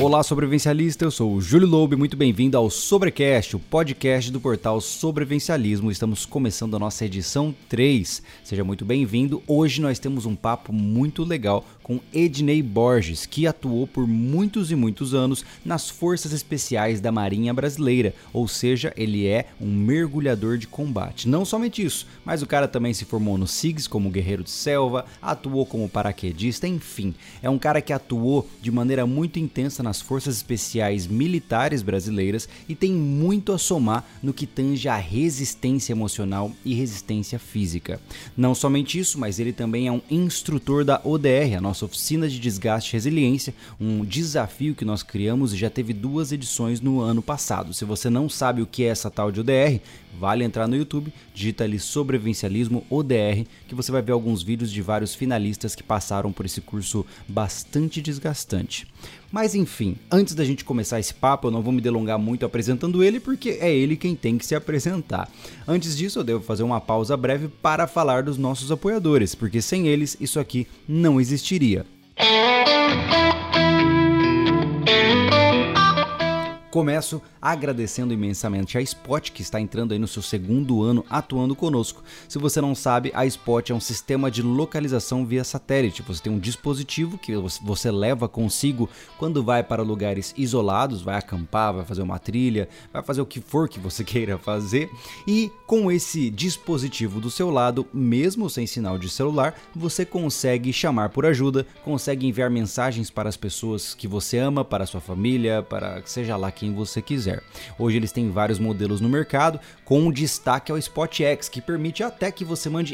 Olá, sobrevivencialista, eu sou o Júlio Loube, muito bem-vindo ao Sobrecast, o podcast do portal Sobrevivencialismo. Estamos começando a nossa edição 3. Seja muito bem-vindo. Hoje nós temos um papo muito legal com Ednei Borges, que atuou por muitos e muitos anos nas Forças Especiais da Marinha Brasileira, ou seja, ele é um mergulhador de combate. Não somente isso, mas o cara também se formou no SIGS como guerreiro de selva, atuou como paraquedista, enfim, é um cara que atuou de maneira muito intensa nas Forças Especiais Militares Brasileiras e tem muito a somar no que tange a resistência emocional e resistência física. Não somente isso, mas ele também é um instrutor da ODR, a nossa Oficina de Desgaste e Resiliência, um desafio que nós criamos e já teve 2 edições no ano passado. Se você não sabe o que é essa tal de ODR, vale entrar no YouTube, digita ali Sobrevivencialismo ODR, que você vai ver alguns vídeos de vários finalistas que passaram por esse curso bastante desgastante. Mas enfim, antes da gente começar esse papo, eu não vou me delongar muito apresentando ele, porque é ele quem tem que se apresentar. Antes disso, eu devo fazer uma pausa breve para falar dos nossos apoiadores, porque sem eles isso aqui não existiria. Começo agradecendo imensamente a Spot, que está entrando aí no seu 2º ano atuando conosco. Se você não sabe, a Spot é um sistema de localização via satélite. Você tem um dispositivo que você leva consigo quando vai para lugares isolados, vai acampar, vai fazer uma trilha, vai fazer o que for que você queira fazer. E com esse dispositivo do seu lado, mesmo sem sinal de celular, você consegue chamar por ajuda, consegue enviar mensagens para as pessoas que você ama, para a sua família, para seja lá quem você quiser. Hoje eles têm vários modelos no mercado, com um destaque ao SpotX, que permite até que você mande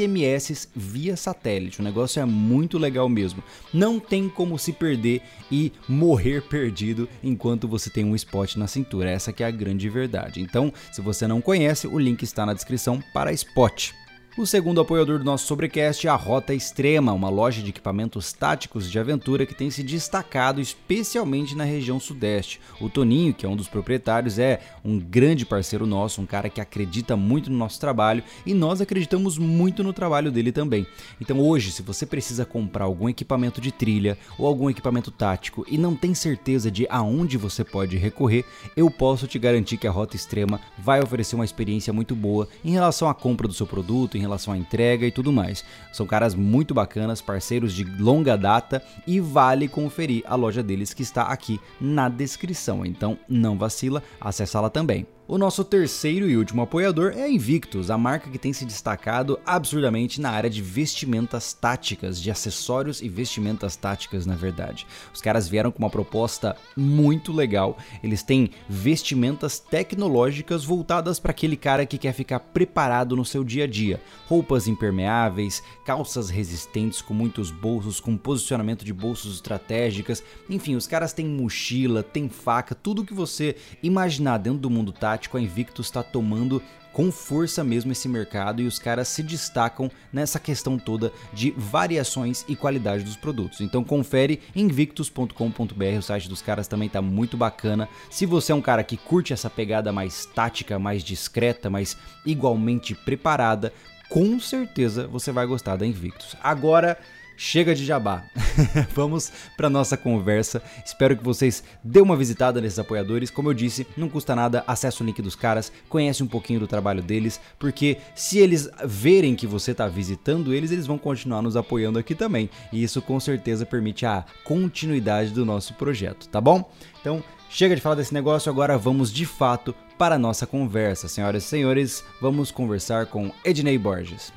SMS via satélite. O negócio é muito legal mesmo. Não tem como se perder e morrer perdido enquanto você tem um Spot na cintura. Essa que é a grande verdade. Então, se você não conhece, o link está na descrição para a Spot. O segundo apoiador do nosso Sobrecast é a Rota Extrema, uma loja de equipamentos táticos de aventura que tem se destacado especialmente na região sudeste. O Toninho, que é um dos proprietários, é um grande parceiro nosso, um cara que acredita muito no nosso trabalho e nós acreditamos muito no trabalho dele também. Então hoje, se você precisa comprar algum equipamento de trilha ou algum equipamento tático e não tem certeza de aonde você pode recorrer, eu posso te garantir que a Rota Extrema vai oferecer uma experiência muito boa em relação à compra do seu produto, em relação à entrega e tudo mais. São caras muito bacanas, parceiros de longa data e vale conferir a loja deles que está aqui na descrição. Então não vacila, acessa lá também. O nosso terceiro e último apoiador é a Invictus, a marca que tem se destacado absurdamente na área de vestimentas táticas, de acessórios e vestimentas táticas, na verdade. Os caras vieram com uma proposta muito legal, eles têm vestimentas tecnológicas voltadas para aquele cara que quer ficar preparado no seu dia a dia. Roupas impermeáveis, calças resistentes com muitos bolsos, com posicionamento de bolsos estratégicas, enfim, os caras têm mochila, têm faca, tudo que você imaginar dentro do mundo tático. A Invictus está tomando com força mesmo esse mercado e os caras se destacam nessa questão toda de variações e qualidade dos produtos. Então confere invictus.com.br, o site dos caras também tá muito bacana. Se você é um cara que curte essa pegada mais tática, mais discreta, mas igualmente preparada, com certeza você vai gostar da Invictus. Agora, chega de jabá, vamos para nossa conversa. Espero que vocês dêem uma visitada nesses apoiadores. Como eu disse, não custa nada, acessa o link dos caras, conhece um pouquinho do trabalho deles, porque se eles verem que você está visitando eles, eles vão continuar nos apoiando aqui também. E isso com certeza permite a continuidade do nosso projeto, tá bom? Então, chega de falar desse negócio, agora vamos de fato para a nossa conversa. Senhoras e senhores, vamos conversar com Ednei Borges.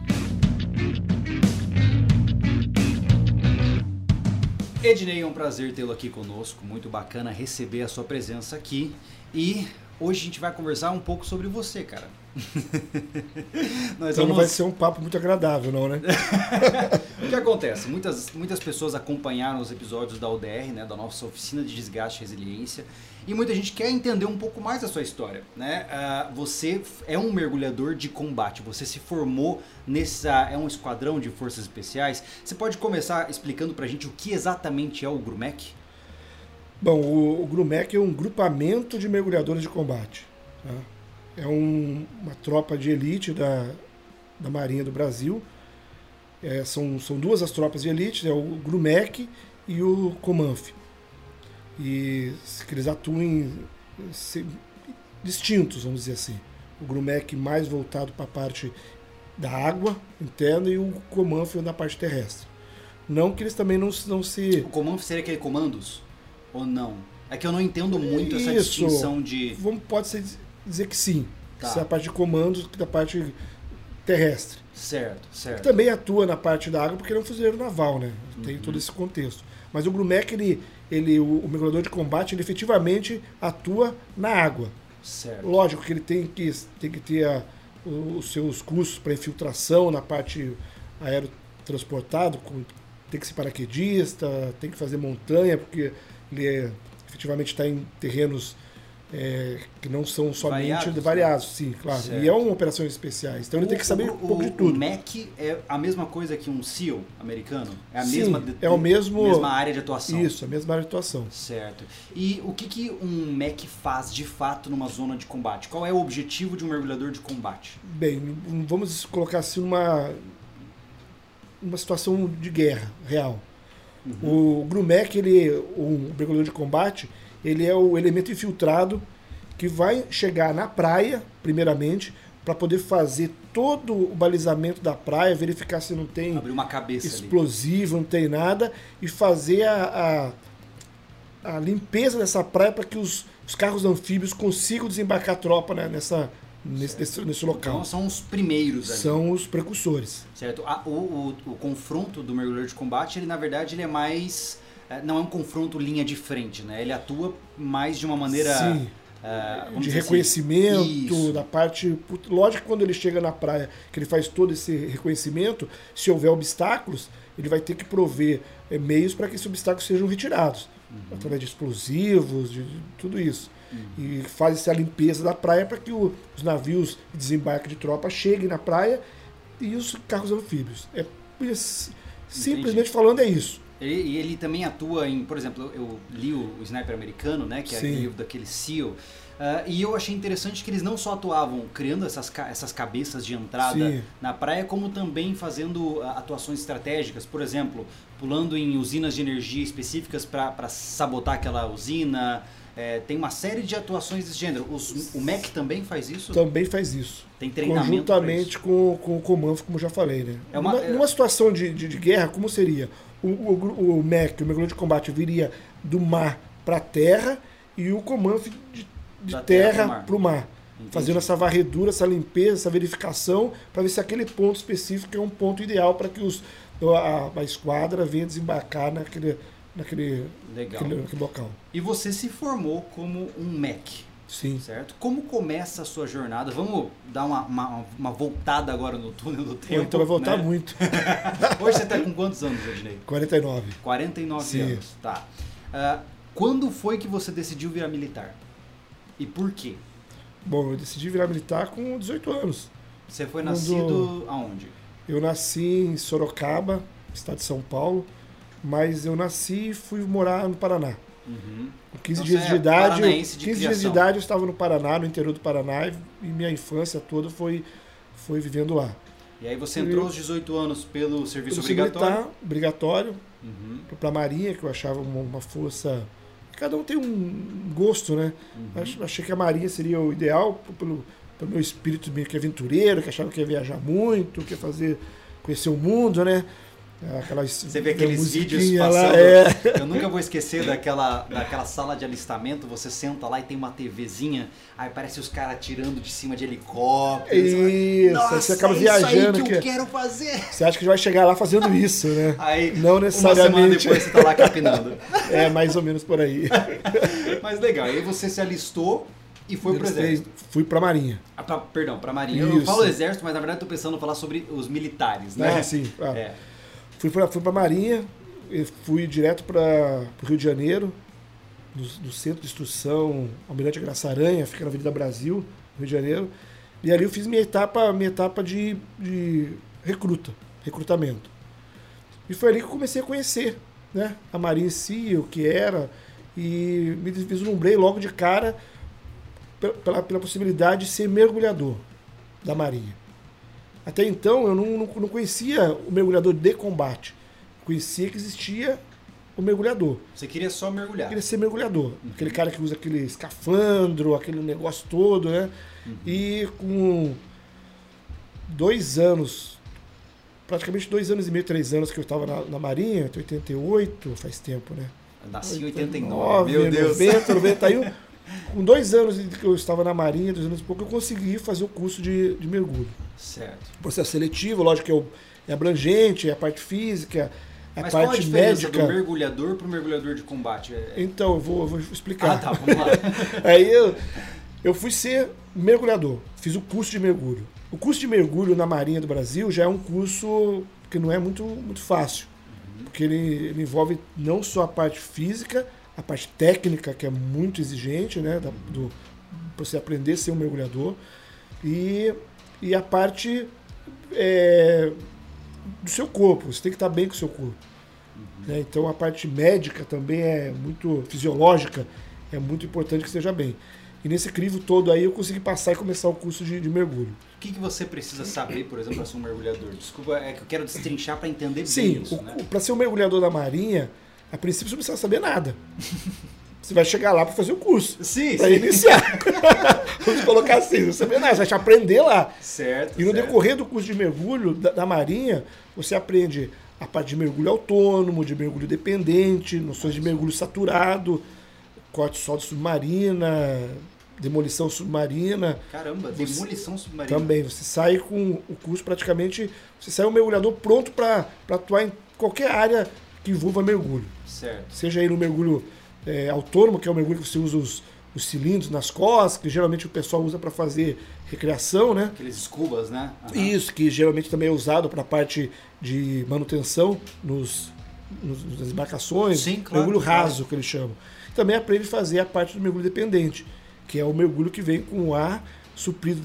Ednei, é um prazer tê-lo aqui conosco, muito bacana receber a sua presença aqui e hoje a gente vai conversar um pouco sobre você, cara. Então não vai ser um papo muito agradável, não, né? O que acontece? Muitas pessoas acompanharam os episódios da ODR, né, da nossa Oficina de Desgaste e Resiliência, e muita gente quer entender um pouco mais da sua história, né? Você é um mergulhador de combate, você se formou é um esquadrão de forças especiais. Você pode começar explicando pra gente o que exatamente é o GRUMEC? Bom, o GRUMEC é um grupamento de mergulhadores de combate, tá? É uma tropa de elite da Marinha do Brasil. São 2 as tropas de elite, é o GRUMEC e o COMANF. e que eles atuem distintos, vamos dizer assim. O Grumec mais voltado para a parte da água interna e o Comanf na parte terrestre. Não que eles também não se... O Comanf seria aquele comandos? Ou não? É que eu não entendo muito essa distinção de... Pode dizer que sim. Tá. Isso é a parte de comandos da parte terrestre. Certo. Também atua na parte da água porque ele é um fuzileiro naval, né? Tem todo esse contexto. Mas o Grumec, o mergulhador de combate, ele efetivamente atua na água. Certo. Lógico que ele tem que ter os seus cursos para infiltração na parte aerotransportado, tem que ser paraquedista, tem que fazer montanha, porque ele efetivamente está em terrenos que não são somente variados, sim, claro. Certo. E é uma operação especiais, então ele tem que saber um pouco de tudo. O MEC é a mesma coisa que um SEAL americano? É a mesma área de atuação? Isso, a mesma área de atuação. Certo. E o que um MEC faz de fato numa zona de combate? Qual é o objetivo de um mergulhador de combate? Bem, vamos colocar assim uma situação de guerra real. O Grumec, o mergulhador de combate, ele é o elemento infiltrado que vai chegar na praia, primeiramente, para poder fazer todo o balizamento da praia, verificar se não tem abrir uma cabeça explosivo, ali. Não tem nada, e fazer a limpeza dessa praia para que os carros anfíbios consigam desembarcar a tropa, né, nesse local. Então são os primeiros ali. São os precursores. Certo. O confronto do mergulhador de combate, ele na verdade ele é mais... Não é um confronto linha de frente, né? Ele atua mais de uma maneira... Sim. De reconhecimento, assim. Da parte... Lógico que quando ele chega na praia, que ele faz todo esse reconhecimento, se houver obstáculos, ele vai ter que prover meios para que esses obstáculos sejam retirados. Através de explosivos, de tudo isso. E faz essa limpeza da praia para que os navios de desembarque de tropa cheguem na praia e os carros anfíbios. Simplesmente falando, é isso. Ele também atua em, por exemplo, eu li o Sniper Americano, né, que é aquele livro daquele SEAL, e eu achei interessante que eles não só atuavam criando essas cabeças de entrada na praia, como também fazendo atuações estratégicas, por exemplo, pulando em usinas de energia específicas para sabotar aquela usina. Tem uma série de atuações desse gênero. O MEC também faz isso? Também faz isso. Tem treinamento conjuntamente com o Comanf, como eu já falei, né? Numa situação de guerra, como seria? O MEC, o mergulhador de combate, viria do mar para a terra e o Comanf de terra para o mar. Entendi. Fazendo essa varredura, essa limpeza, essa verificação, para ver se aquele ponto específico é um ponto ideal para que a esquadra venha desembarcar naquele local. E você se formou como um MEC. Sim. Certo? Como começa a sua jornada? Vamos dar uma voltada agora no túnel do tempo. Então vai voltar, né? Muito. Hoje você está com quantos anos, Ednei? 49. 49 Sim. anos, tá. Quando foi que você decidiu virar militar? E por quê? Bom, eu decidi virar militar com 18 anos. Você foi nascido aonde? Eu nasci em Sorocaba, estado de São Paulo, mas eu nasci e fui morar no Paraná. Com 15 dias de idade, eu estava no Paraná, no interior do Paraná, e minha infância toda foi vivendo lá. E aí você entrou aos 18 anos pelo serviço obrigatório? Militar, obrigatório, para a Marinha, que eu achava uma força... Cada um tem um gosto, né? Achei que a Marinha seria o ideal pelo meu espírito meio que aventureiro, que achava que ia viajar muito, que ia conhecer o mundo, né? Você vê aqueles vídeos passando, eu nunca vou esquecer daquela sala de alistamento, você senta lá e tem uma TVzinha, aí parece os caras tirando de cima de helicóptero. Isso, nossa, você acaba viajando. Isso aí que eu quero fazer. Você acha que vai chegar lá fazendo isso, né? Aí, não necessariamente. Uma semana depois você tá lá capinando. Mais ou menos por aí. Mas legal, aí você se alistou e foi pro exército. Fui pra Marinha. Pra Marinha. Eu falo exército, mas na verdade eu tô pensando em falar sobre os militares, né? Sim, claro. Fui pra Marinha, fui direto para o Rio de Janeiro, no Centro de Instrução Almirante Graça Aranha, fica na Avenida Brasil, Rio de Janeiro. E ali eu fiz minha etapa de recrutamento. E foi ali que eu comecei a conhecer, né, a Marinha em si, o que era, e me vislumbrei logo de cara pela possibilidade de ser mergulhador da Marinha. Até então eu não conhecia o mergulhador de combate. Conhecia que existia o mergulhador. Você queria só mergulhar? Eu queria ser mergulhador. Aquele cara que usa aquele escafandro, aquele negócio todo, né? E com 2 anos, praticamente 2 anos e meio, 3 anos que eu estava na Marinha, 88, faz tempo, né? Eu nasci em 89, meu Deus. 90, 91. Com 2 anos que eu estava na Marinha, 2 anos e pouco, eu consegui fazer o curso de mergulho. Certo. Processo seletivo, lógico que é abrangente, é a parte física, Mas a parte qual a diferença médica. do mergulhador para o mergulhador de combate? Então, eu vou explicar. Ah, tá, vamos lá. Aí eu fui ser mergulhador, fiz o curso de mergulho. O curso de mergulho na Marinha do Brasil já é um curso que não é muito fácil, porque ele envolve não só a parte física, a parte técnica, que é muito exigente, né, para você aprender a ser um mergulhador, e a parte do seu corpo, você tem que estar bem com o seu corpo. Né? Então a parte médica também é muito fisiológica, é muito importante que esteja bem. E nesse crivo todo aí eu consegui passar e começar o curso de mergulho. O que você precisa saber, por exemplo, para ser um mergulhador? Desculpa, é que eu quero destrinchar para entender Sim, bem isso, né? Para ser um mergulhador da Marinha, a princípio você não precisa saber nada. Você vai chegar lá para fazer o curso. Sim, para iniciar. Vamos colocar assim, não saber nada, você vai te aprender lá. Certo. E no decorrer do curso de mergulho da Marinha, você aprende a parte de mergulho autônomo, de mergulho dependente, noções de mergulho saturado, corte solo submarina, demolição submarina. Caramba, demolição submarina. Também, você sai com o curso praticamente, você sai um mergulhador pronto para atuar em qualquer área que envolva mergulho. Certo. Seja aí no mergulho autônomo, que é o mergulho que você usa os cilindros nas costas, que geralmente o pessoal usa para fazer recreação, né? Aqueles escubas, né? Uhum. Isso, que geralmente também é usado para a parte de manutenção nas embarcações. Sim, claro. Mergulho raso, que eles chamam. Também aprende a fazer a parte do mergulho dependente, que é o mergulho que vem com o ar suprido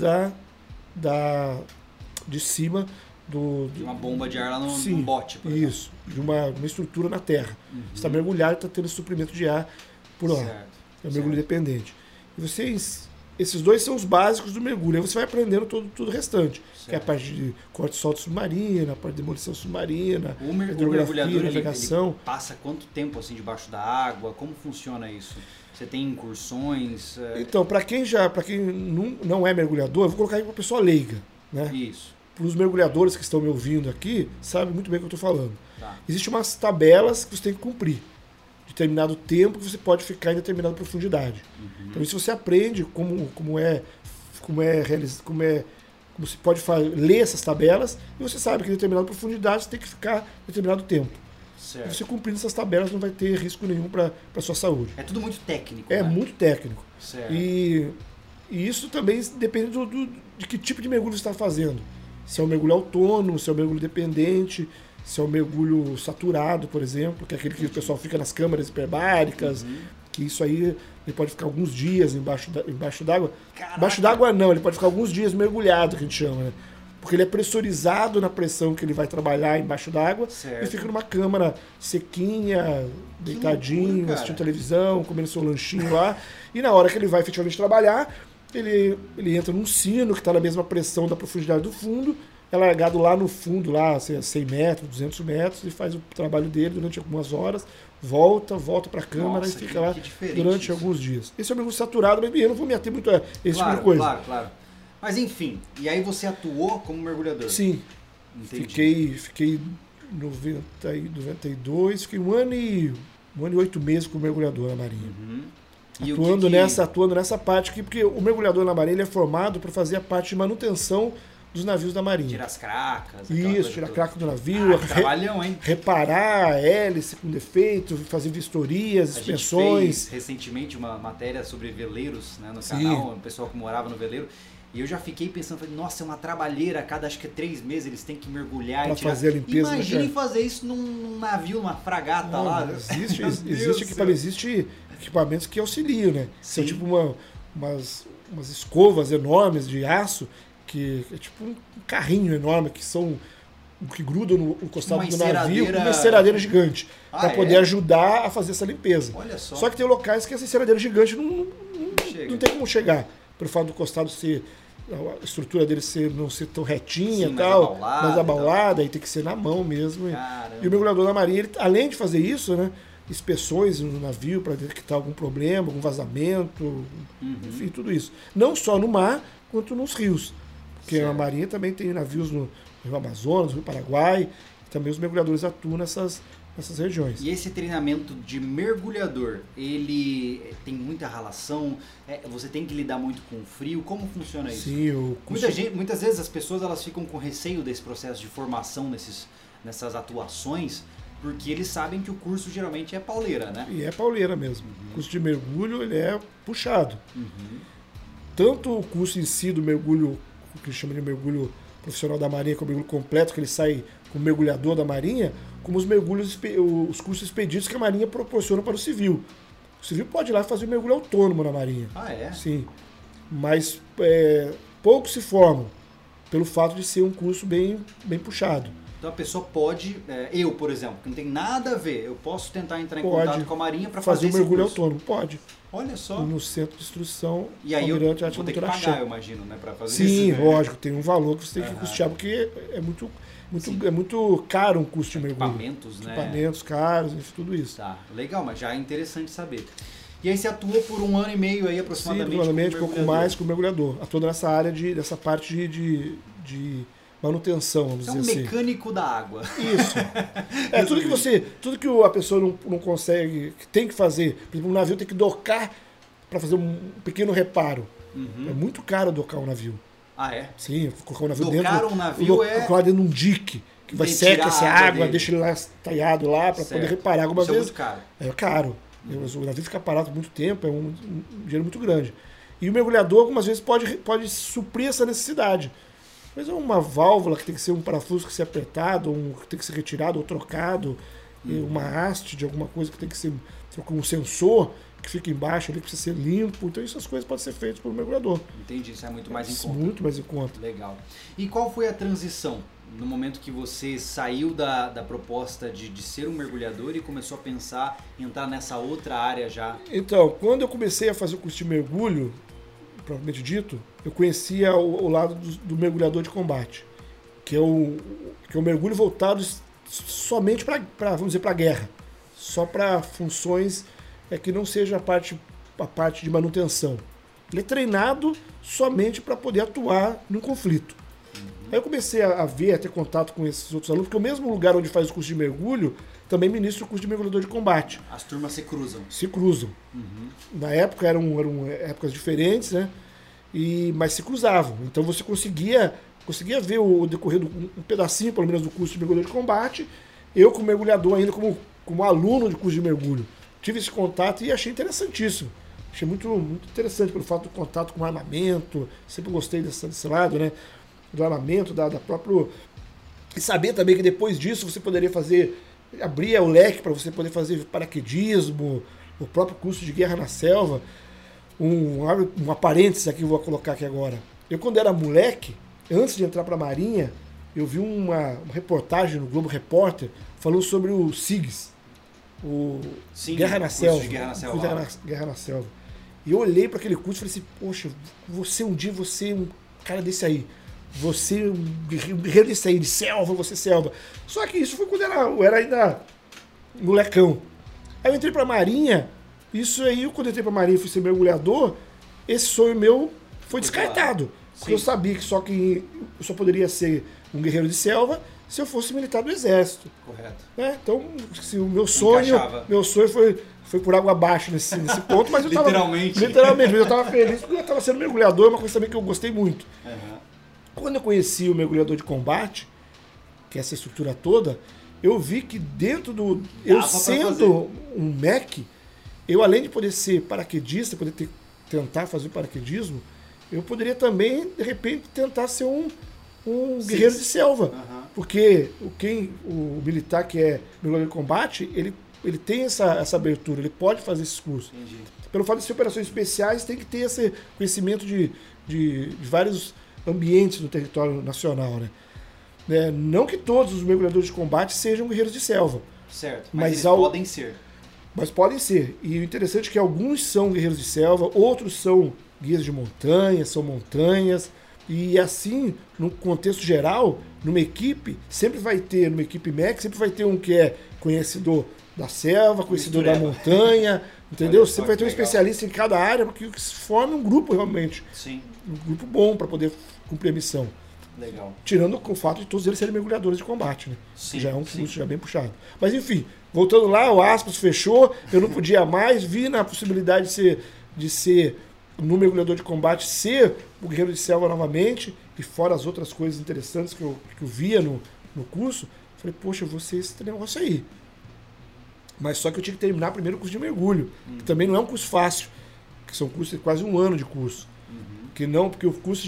de cima de uma bomba de ar lá no bote. Por exemplo. Isso, de uma estrutura na terra. Você está mergulhado e está tendo suprimento de ar por lá. Certo. É o mergulho dependente. E esses dois são os básicos do mergulho. Aí você vai aprendendo tudo o restante. Certo. Que é a parte de corte e solto submarina, a parte de demolição submarina, o mergulhador, navegação. Ele passa quanto tempo assim debaixo da água? Como funciona isso? Você tem incursões? Então, para quem não é mergulhador, eu vou colocar aí para a pessoa leiga. Né? Isso. Para os mergulhadores que estão me ouvindo aqui, sabem muito bem o que eu estou falando. Tá. Existem umas tabelas que você tem que cumprir. Determinado tempo que você pode ficar em determinada profundidade. Então isso você aprende como você pode ler essas tabelas e você sabe que em determinada profundidade você tem que ficar em determinado tempo. Certo. E você cumprindo essas tabelas não vai ter risco nenhum para a sua saúde. É tudo muito técnico. É né? muito técnico. Certo. E isso também depende de que tipo de mergulho você está fazendo. Se é um mergulho autônomo, se é um mergulho dependente, se é um mergulho saturado, por exemplo, que é aquele que o pessoal fica nas câmaras hiperbáricas, que isso aí ele pode ficar alguns dias embaixo d'água. Embaixo d'água não, ele pode ficar alguns dias mergulhado, que a gente chama, né? Porque ele é pressurizado na pressão que ele vai trabalhar embaixo d'água e fica numa câmara sequinha, deitadinho, loucura, assistindo televisão, comendo seu lanchinho lá. E na hora que ele vai efetivamente trabalhar, ele entra num sino que está na mesma pressão da profundidade do fundo, é largado lá no fundo, lá 100 metros, 200 metros, ele faz o trabalho dele durante algumas horas, volta para a câmara e fica lá durante alguns dias. Esse é o mergulho saturado, mas eu não vou me ater muito a esse tipo de coisa. Claro. Mas enfim, e aí você atuou como mergulhador? Sim. Entendi. Fiquei em 92, fiquei um ano e 8 meses como mergulhador na Marinha. Atuando nessa parte aqui, porque o mergulhador na Marinha ele é formado para fazer a parte de manutenção dos navios da Marinha. Tirar as cracas. Isso, tirar a craca do navio. Trabalhão, hein? Reparar a hélice com defeito, fazer vistorias, inspeções. A gente fez recentemente uma matéria sobre veleiros, né, no canal, o pessoal que morava no veleiro. E eu já fiquei pensando, falei, nossa, é uma trabalheira, a cada acho que 3 meses eles têm que mergulhar pra e tirar. Fazer a limpeza. Imaginem fazer isso num navio, numa fragata lá. Existe equipamentos que auxiliam, né? Sim. São tipo umas escovas enormes de aço, que é tipo um carrinho enorme, que grudam no costado do navio, com uma enceradeira gigante, para poder ajudar a fazer essa limpeza. Olha só. Só que tem locais que essa enceradeira gigante não tem como chegar, pelo fato do costado ser, a estrutura dele não ser tão retinha, sim, tal, mais abaulada, aí tem que ser na mão mesmo. Caramba. E o mergulhador da Marinha, ele, além de fazer isso, né, inspeções no navio para detectar algum problema, algum vazamento, enfim, tudo isso. Não só no mar, quanto nos rios. Porque a Marinha também tem navios no Rio Amazonas, no Rio Paraguai, e também os mergulhadores atuam nessas regiões. E esse treinamento de mergulhador, ele tem muita ralação? Você tem que lidar muito com o frio? Como funciona isso? Sim, muitas vezes as pessoas elas ficam com receio desse processo de formação nessas atuações, porque eles sabem que o curso geralmente é pauleira, né? E é pauleira mesmo. O curso de mergulho ele é puxado. Tanto o curso em si do mergulho, o que chama de mergulho profissional da Marinha, que é o mergulho completo, que ele sai como mergulhador da Marinha, como os mergulhos, os cursos expedidos que a Marinha proporciona para o civil. O civil pode ir lá fazer mergulho autônomo na Marinha. Ah, é? Sim. Mas poucos se formam, pelo fato de ser um curso bem puxado. Então a pessoa pode, eu, por exemplo, que não tem nada a ver, eu posso tentar entrar em contato com a Marinha para fazer um mergulho autônomo? Pode. Olha só. No centro de instrução. E aí eu vou ter que pagar, eu imagino, né, para fazer isso. Sim, lógico, tem um valor que você tem que custear, porque é muito caro um curso de mergulho. Equipamentos, né? Equipamentos caros, enfim, tudo isso. Tá, legal, mas já é interessante saber. E aí você atuou por 1 ano e meio aí aproximadamente? Sim, aproximadamente, um pouco mais como mergulhador. Atuando nessa área dessa parte de manutenção, vamos dizer assim. É um mecânico da água. Isso. Tudo que a pessoa não consegue, que tem que fazer. Por exemplo, um navio tem que docar para fazer um pequeno reparo. É muito caro docar um navio. Ah, é? Sim, colocar um navio docar dentro. Um navio colocar dentro de um dique, que vai secar essa água, deixa ele lá talhado lá para poder reparar algumas vezes. É muito caro. É caro. O navio fica parado por muito tempo, é um dinheiro muito grande. E o mergulhador, algumas vezes, pode suprir essa necessidade. Mas é uma válvula que tem que ser um parafuso que ser apertado, que tem que ser retirado ou trocado, uma haste de alguma coisa que tem que ser com um sensor que fica embaixo ali, que precisa ser limpo. Então essas coisas podem ser feitas pelo mergulhador. Entendi, isso é muito mais em conta. Muito mais em conta. Legal. E qual foi a transição no momento que você saiu da proposta de ser um mergulhador e começou a pensar em entrar nessa outra área já? Então, quando eu comecei a fazer o curso de mergulho, propriamente dito, eu conhecia o lado do mergulhador de combate, que é o mergulho voltado somente para vamos dizer, para a guerra, só para funções que não seja a parte de manutenção. Ele é treinado somente para poder atuar num conflito. Aí eu comecei a ter contato com esses outros alunos, porque o mesmo lugar onde faz o curso de mergulho, também ministra o curso de mergulhador de combate. As turmas se cruzam. Se cruzam. Na época eram épocas diferentes, né? Mas se cruzavam. Então você conseguia ver o decorrer um pedacinho, pelo menos, do curso de mergulhador de combate. Eu, como mergulhador, ainda como aluno de curso de mergulho, tive esse contato e achei interessantíssimo. Achei muito, muito interessante pelo fato do contato com o armamento. Sempre gostei desse lado, né? Do armamento, da própria... E saber também que depois disso você poderia abria o leque para você poder fazer paraquedismo, o próprio curso de guerra na selva. Uma parênteses aqui, vou colocar aqui agora. Eu, quando era moleque, antes de entrar para a Marinha, eu vi uma reportagem no Globo Repórter falando sobre o SIGS, Guerra na Selva. Guerra na Selva. E eu olhei para aquele curso e falei assim, poxa, um dia você um cara desse aí. Você, um guerreiro desse aí, de selva, você selva. Só que isso foi quando eu era ainda molecão. Aí eu entrei pra Marinha, isso aí, quando eu entrei pra Marinha e fui ser mergulhador, esse sonho meu foi descartado. Porque eu sabia que eu só poderia ser um guerreiro de selva se eu fosse militar do Exército. Correto. Então, se o meu sonho foi por água abaixo nesse ponto, mas eu tava... Literalmente, mas eu tava feliz porque eu tava sendo mergulhador, uma coisa também que eu gostei muito. Quando eu conheci o mergulhador de combate, que é essa estrutura toda, eu vi que dentro do... Eu sendo um MEC, eu além de poder ser paraquedista, poder tentar fazer paraquedismo, eu poderia também, de repente, tentar ser um guerreiro de selva. Porque o militar que é mergulhador de combate, ele tem essa abertura, ele pode fazer esses cursos. Entendi. Pelo fato de ser operações especiais, tem que ter esse conhecimento de vários ambientes do território nacional, né? Não que todos os mergulhadores de combate sejam guerreiros de selva. Certo, mas eles podem ser. Mas podem ser. E o interessante é que alguns são guerreiros de selva, outros são guias de montanha, são montanhas. E assim, no contexto geral, numa equipe, numa equipe MEC, sempre vai ter um que é conhecedor da selva, conhecedor da montanha, entendeu? Você vai ter um especialista em cada área, porque se forma um grupo realmente. Sim. Um grupo bom para poder cumprir a missão. Legal. Tirando com o fato de todos eles serem mergulhadores de combate, né? Sim, que já é um curso já bem puxado. Mas enfim, voltando lá, o Aspas fechou, eu não podia mais, vi na possibilidade de ser no mergulhador de combate, ser o guerreiro de selva novamente, e fora as outras coisas interessantes que eu via no curso, falei, poxa, eu vou ser esse negócio aí. Mas só que eu tinha que terminar primeiro o curso de mergulho, que também não é um curso fácil, que são cursos de quase um ano de curso. Porque o curso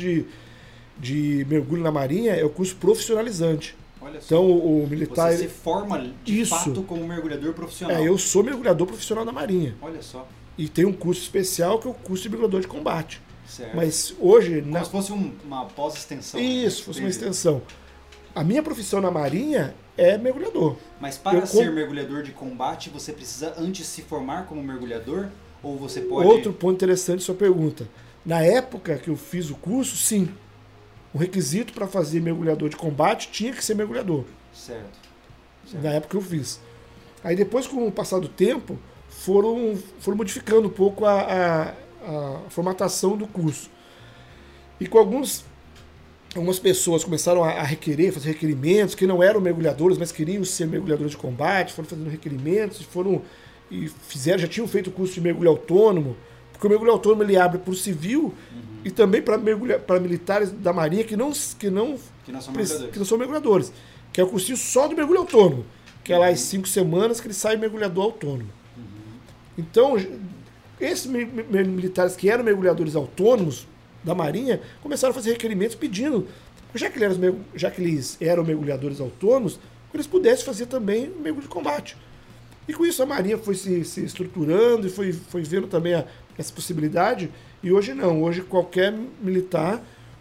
de mergulho na Marinha é o curso profissionalizante. Olha só. Então o militar... Você se forma de fato como mergulhador profissional. Eu sou mergulhador profissional da Marinha. Olha só. E tem um curso especial que é o curso de mergulhador de combate. Certo. Mas hoje... Como se fosse uma pós-extensão. Isso, fosse uma extensão. A minha profissão na Marinha é mergulhador. Mas para ser mergulhador de combate, você precisa antes se formar como mergulhador? Ou você pode... Outro ponto interessante sua pergunta. Na época que eu fiz o curso, sim. O requisito para fazer mergulhador de combate tinha que ser mergulhador. Certo. Na época que eu fiz. Aí depois, com o passar do tempo, foram modificando um pouco a formatação do curso. E com algumas pessoas começaram a fazer requerimentos, que não eram mergulhadores, mas queriam ser mergulhadores de combate, foram fazendo requerimentos, já tinham feito o curso de mergulho autônomo, porque o mergulho autônomo ele abre para o civil e também para militares da Marinha que não são mergulhadores, que é o cursinho só de mergulho autônomo, que é lá as 5 semanas que ele sai mergulhador autônomo. Então, esses militares que eram mergulhadores autônomos da Marinha começaram a fazer requerimentos pedindo, já que eles eram mergulhadores autônomos, que eles pudessem fazer também mergulho de combate. E com isso a Marinha foi se estruturando e foi vendo também essa possibilidade. E hoje não, hoje qualquer militar,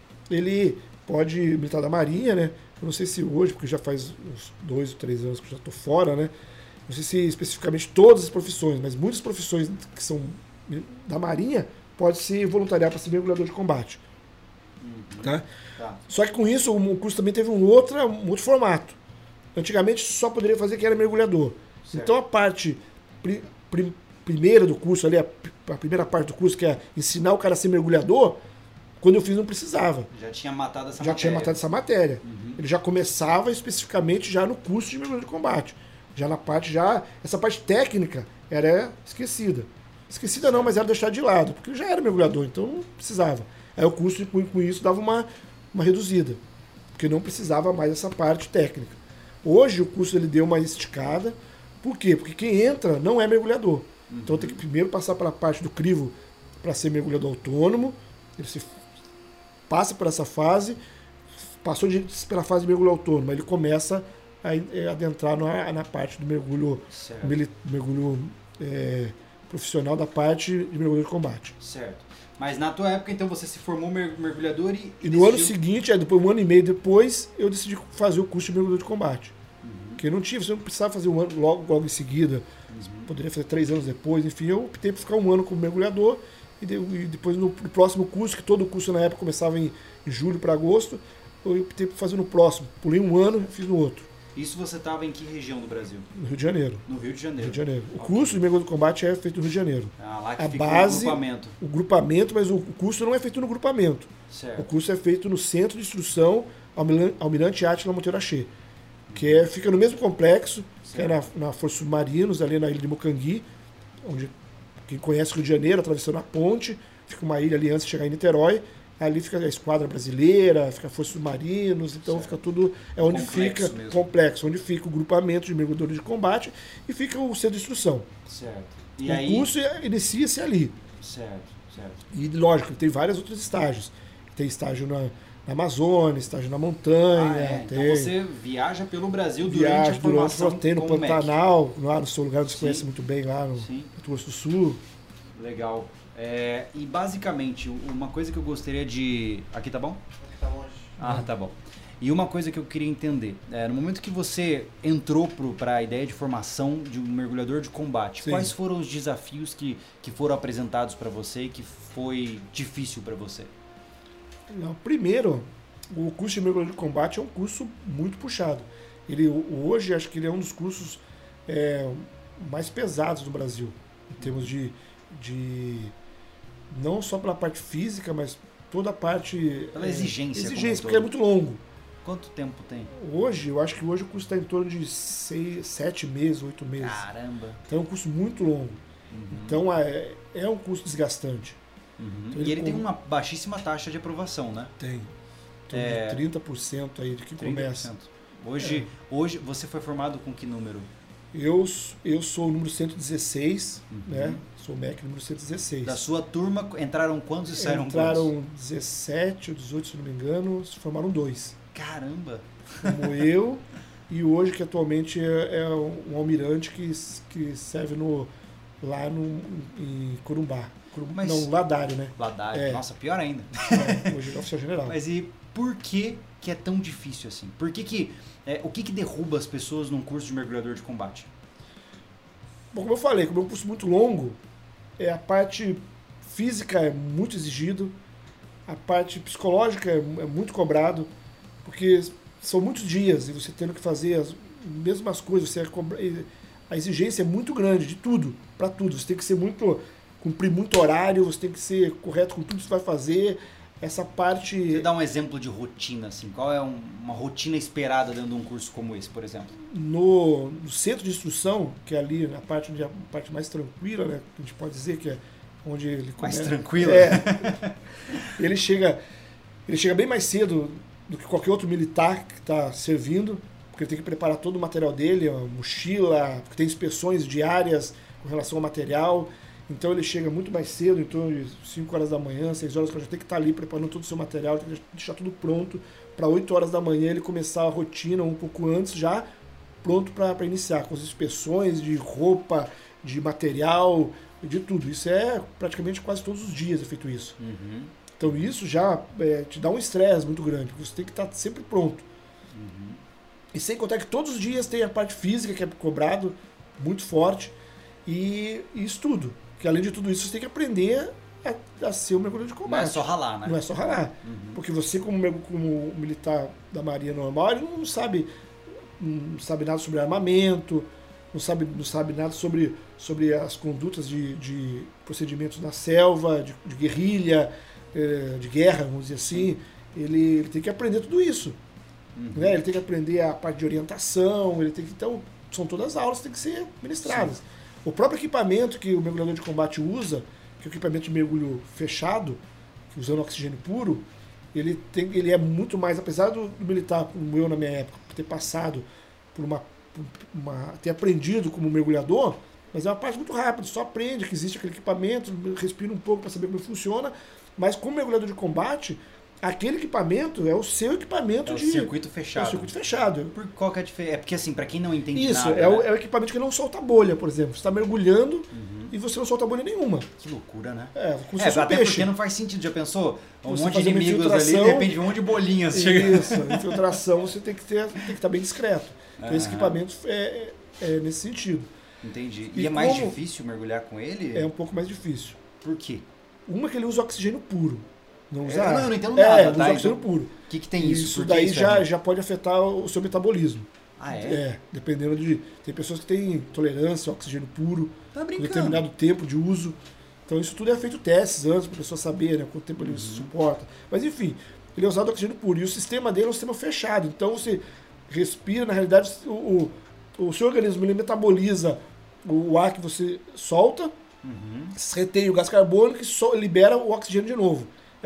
militar da Marinha, né? Eu não sei se hoje, porque já faz uns 2 ou 3 anos que eu já estou fora, né? Não sei se especificamente todas as profissões, mas muitas profissões que são da Marinha pode se voluntariar para ser mergulhador de combate. Tá? Só que com isso o curso também teve um outro formato. Antigamente só poderia fazer quem era mergulhador. Certo. Então a parte primeira do curso, ali, a primeira parte do curso, que é ensinar o cara a ser mergulhador, quando eu fiz não precisava. Já tinha matado essa matéria. Ele já começava especificamente já no curso de mergulhador de combate. Essa parte técnica era esquecida. Esquecida não, mas era deixada de lado, porque eu já era mergulhador, então não precisava. Aí o curso, com isso, dava uma reduzida, porque não precisava mais dessa parte técnica. Hoje o curso ele deu uma esticada. Por quê? Porque quem entra não é mergulhador. Então tem que primeiro passar pela parte do crivo para ser mergulhador autônomo. Ele se passa por essa fase, passou pela fase de mergulho autônomo, ele começa a adentrar na parte do mergulho, profissional, da parte de mergulho de combate. Certo. Mas na tua época, então, você se formou mergulhador e no ano seguinte, depois, 1 ano e meio depois, eu decidi fazer o curso de mergulhador de combate. Porque você não precisava fazer um ano logo em seguida, poderia fazer 3 anos depois, enfim, eu optei por ficar 1 ano como mergulhador e depois no próximo curso, que todo o curso na época começava em julho para agosto, eu optei por fazer no próximo. Pulei 1 ano e fiz no outro. Isso você estava em que região do Brasil? No Rio de Janeiro. No Rio de Janeiro. O curso de mergulho de combate é feito no Rio de Janeiro. Lá que a fica base, o grupamento, mas o curso não é feito no grupamento. Certo. O curso é feito no Centro de Instrução Almirante Átila Monteiro Axê, que fica no mesmo complexo, certo, que é na Força Submarinos, ali na ilha de Mocangui, onde quem conhece o Rio de Janeiro, atravessando a ponte, fica uma ilha ali antes de chegar em Niterói. Ali fica a Esquadra Brasileira, fica a Força Submarinos, então certo, fica tudo... É onde fica complexo, onde fica o grupamento de mergulhadores de combate e fica o centro de instrução. Certo. O curso inicia-se ali. Certo. E lógico, tem vários outros estágios. Tem estágio na Amazônia, estágio na montanha. Então você viaja pelo Brasil durante a formação. Tem no Pantanal, lá no seu lugar, você conhece muito bem, lá no Mato Grosso do Sul. Legal. E basicamente, uma coisa que eu gostaria de... Aqui tá bom? Tá longe. Tá bom. E uma coisa que eu queria entender, no momento que você entrou para a ideia de formação de um mergulhador de combate, sim, quais foram os desafios que foram apresentados para você e que foi difícil para você? Primeiro, o curso de mergulhador de combate é um curso muito puxado. Hoje, acho que ele é um dos cursos mais pesados do Brasil, em termos de não só pela parte física, mas toda a parte... Pela exigência. Exigência, porque é muito longo. Quanto tempo tem? Hoje, eu acho que hoje o curso está em torno de 7 meses, 8 meses. Caramba! Então é um curso muito longo. Então é um curso desgastante. Então, e ele tem uma baixíssima taxa de aprovação, né? Tem. De 30% aí de quem 30%. Começa. Hoje você foi formado com que número? Eu sou o número 116, né? Sou o MEC número 116. Da sua turma entraram quantos e saíram quantos? Entraram 17 ou 18, se não me engano, se formaram 2. Caramba! Como eu, e hoje que atualmente é um almirante que serve lá em Corumbá. Não, Ladário, né? Ladário, nossa, pior ainda. Hoje é oficial general. Mas e por que é tão difícil assim? O que derruba as pessoas num curso de mergulhador de combate? Bom, como eu falei, como é um curso muito longo, a parte física é muito exigido, a parte psicológica é muito cobrado, porque são muitos dias e você tendo que fazer as mesmas coisas, a exigência é muito grande de tudo, para tudo. Você tem que cumprir muito horário, você tem que ser correto com tudo que você vai fazer. Essa parte... Você dá um exemplo de rotina, assim. Qual é uma rotina esperada dentro de um curso como esse, por exemplo? No centro de instrução, que é ali na parte mais tranquila, né? A gente pode dizer que é onde ele começa. Mais tranquila? Ele chega bem mais cedo do que qualquer outro militar que está servindo, porque ele tem que preparar todo o material dele, a mochila, porque tem inspeções diárias com relação ao material. Então ele chega muito mais cedo, em torno de 5 horas da manhã, 6 horas, que já tem que estar ali preparando todo o seu material, tem que deixar tudo pronto para 8 horas da manhã ele começar a rotina um pouco antes, já pronto para iniciar, com as inspeções de roupa, de material, de tudo. Isso é praticamente quase todos os dias é feito isso. Então isso já te dá um estresse muito grande, porque você tem que estar sempre pronto. E sem contar que todos os dias tem a parte física que é cobrado muito forte e estudo. Porque além de tudo isso, você tem que aprender a ser um mergulhador de combate. Não é só ralar, né? Não é só ralar. Porque você, como militar da Marinha normal, ele não sabe nada sobre armamento, não sabe nada sobre as condutas de procedimentos na selva, de guerrilha, de guerra, vamos dizer assim. Ele tem que aprender tudo isso. Né? Ele tem que aprender a parte de orientação, então, são todas as aulas que têm que ser ministradas. Sim. O próprio equipamento que o mergulhador de combate usa, que é o equipamento de mergulho fechado, usando oxigênio puro, ele é muito mais, apesar do militar, como eu na minha época, ter passado por ter aprendido como mergulhador, mas é uma parte muito rápida, só aprende que existe aquele equipamento, respira um pouco para saber como funciona, mas como mergulhador de combate, aquele equipamento é o seu equipamento de... circuito fechado. É o circuito fechado. Qual que é a diferença? É porque assim, pra quem não entende isso, nada... é o equipamento que não solta bolha, por exemplo. Você está mergulhando e você não solta bolha nenhuma. Que loucura, né? Como se fosse um até peixe. Porque não faz sentido. Já pensou? Você monte de inimigos ali, de repente um monte de bolinhas. Isso, infiltração você tem que estar bem discreto. Então esse equipamento é nesse sentido. Entendi. E é mais difícil mergulhar com ele? É um pouco mais difícil. Por quê? Uma que ele usa oxigênio puro. Não usa eu não entendo nada, usa oxigênio puro. O que tem isso? Isso daí já pode afetar o seu metabolismo. Ah, é? Dependendo de... Tem pessoas que têm intolerância ao oxigênio puro, tá brincando. Com determinado tempo de uso. Então isso tudo é feito testes antes para a pessoa saber, né, quanto tempo ele suporta. Mas enfim, ele é usado oxigênio puro. E o sistema dele é um sistema fechado. Então você respira, na realidade, o seu organismo ele metaboliza o ar que você solta, retém o gás carbônico e libera o oxigênio de novo. É